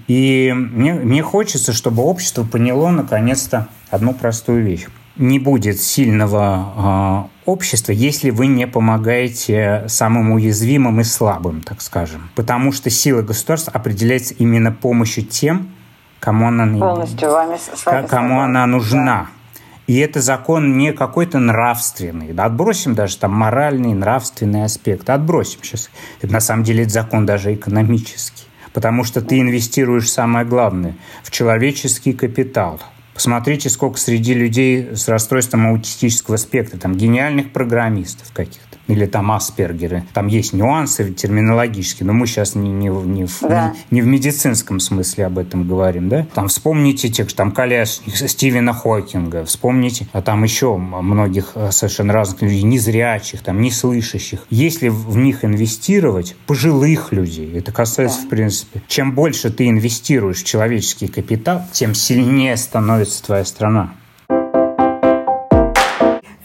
И мне, мне хочется, чтобы общество поняло наконец-то одну простую вещь. Не будет сильного э, общества, если вы не помогаете самым уязвимым и слабым, так скажем. Потому что сила государства определяется именно помощью тем, кому она, Полностью вами, с вами кому она нужна. Да. И это закон не какой-то нравственный. Отбросим даже там моральный, нравственный аспект. Отбросим сейчас. Это, на самом деле это закон даже экономический. Потому что ты инвестируешь самое главное – в человеческий капитал. Посмотрите, сколько среди людей с расстройством аутистического спектра, там, гениальных программистов каких-то, или там аспергеры. Там есть нюансы терминологические, но мы сейчас не, не, не, в, да. не, не в медицинском смысле об этом говорим. Да? Там вспомните тех, там, колясник Стивена Хокинга, вспомните, а там еще многих совершенно разных людей, незрячих, там, неслышащих. Если в них инвестировать, пожилых людей, это касается, да. в принципе, чем больше ты инвестируешь в человеческий капитал, тем сильнее становится твоя страна.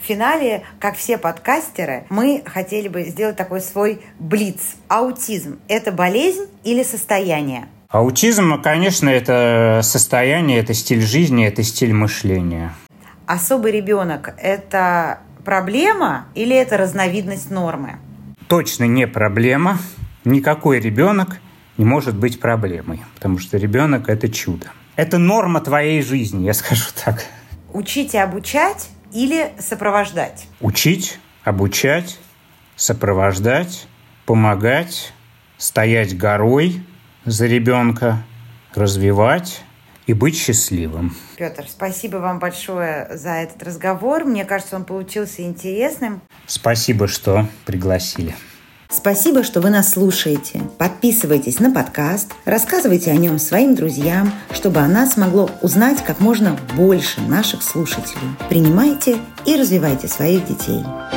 финале, как все подкастеры, мы хотели бы сделать такой свой блиц. Аутизм – это болезнь или состояние? Аутизм, конечно, это состояние, это стиль жизни, это стиль мышления. Особый ребенок – это проблема или это разновидность нормы? Точно не проблема. Никакой ребенок не может быть проблемой, потому что ребенок – это чудо. Это норма твоей жизни, я скажу так. Учить и обучать или сопровождать? Учить, обучать, сопровождать, помогать, стоять горой за ребенка, развивать и быть счастливым. Петр, спасибо вам большое за этот разговор. Мне кажется, он получился интересным. Спасибо, что пригласили. Спасибо, что вы нас слушаете. Подписывайтесь на подкаст, рассказывайте о нем своим друзьям, чтобы о нас могло узнать как можно больше наших слушателей. Принимайте и развивайте своих детей.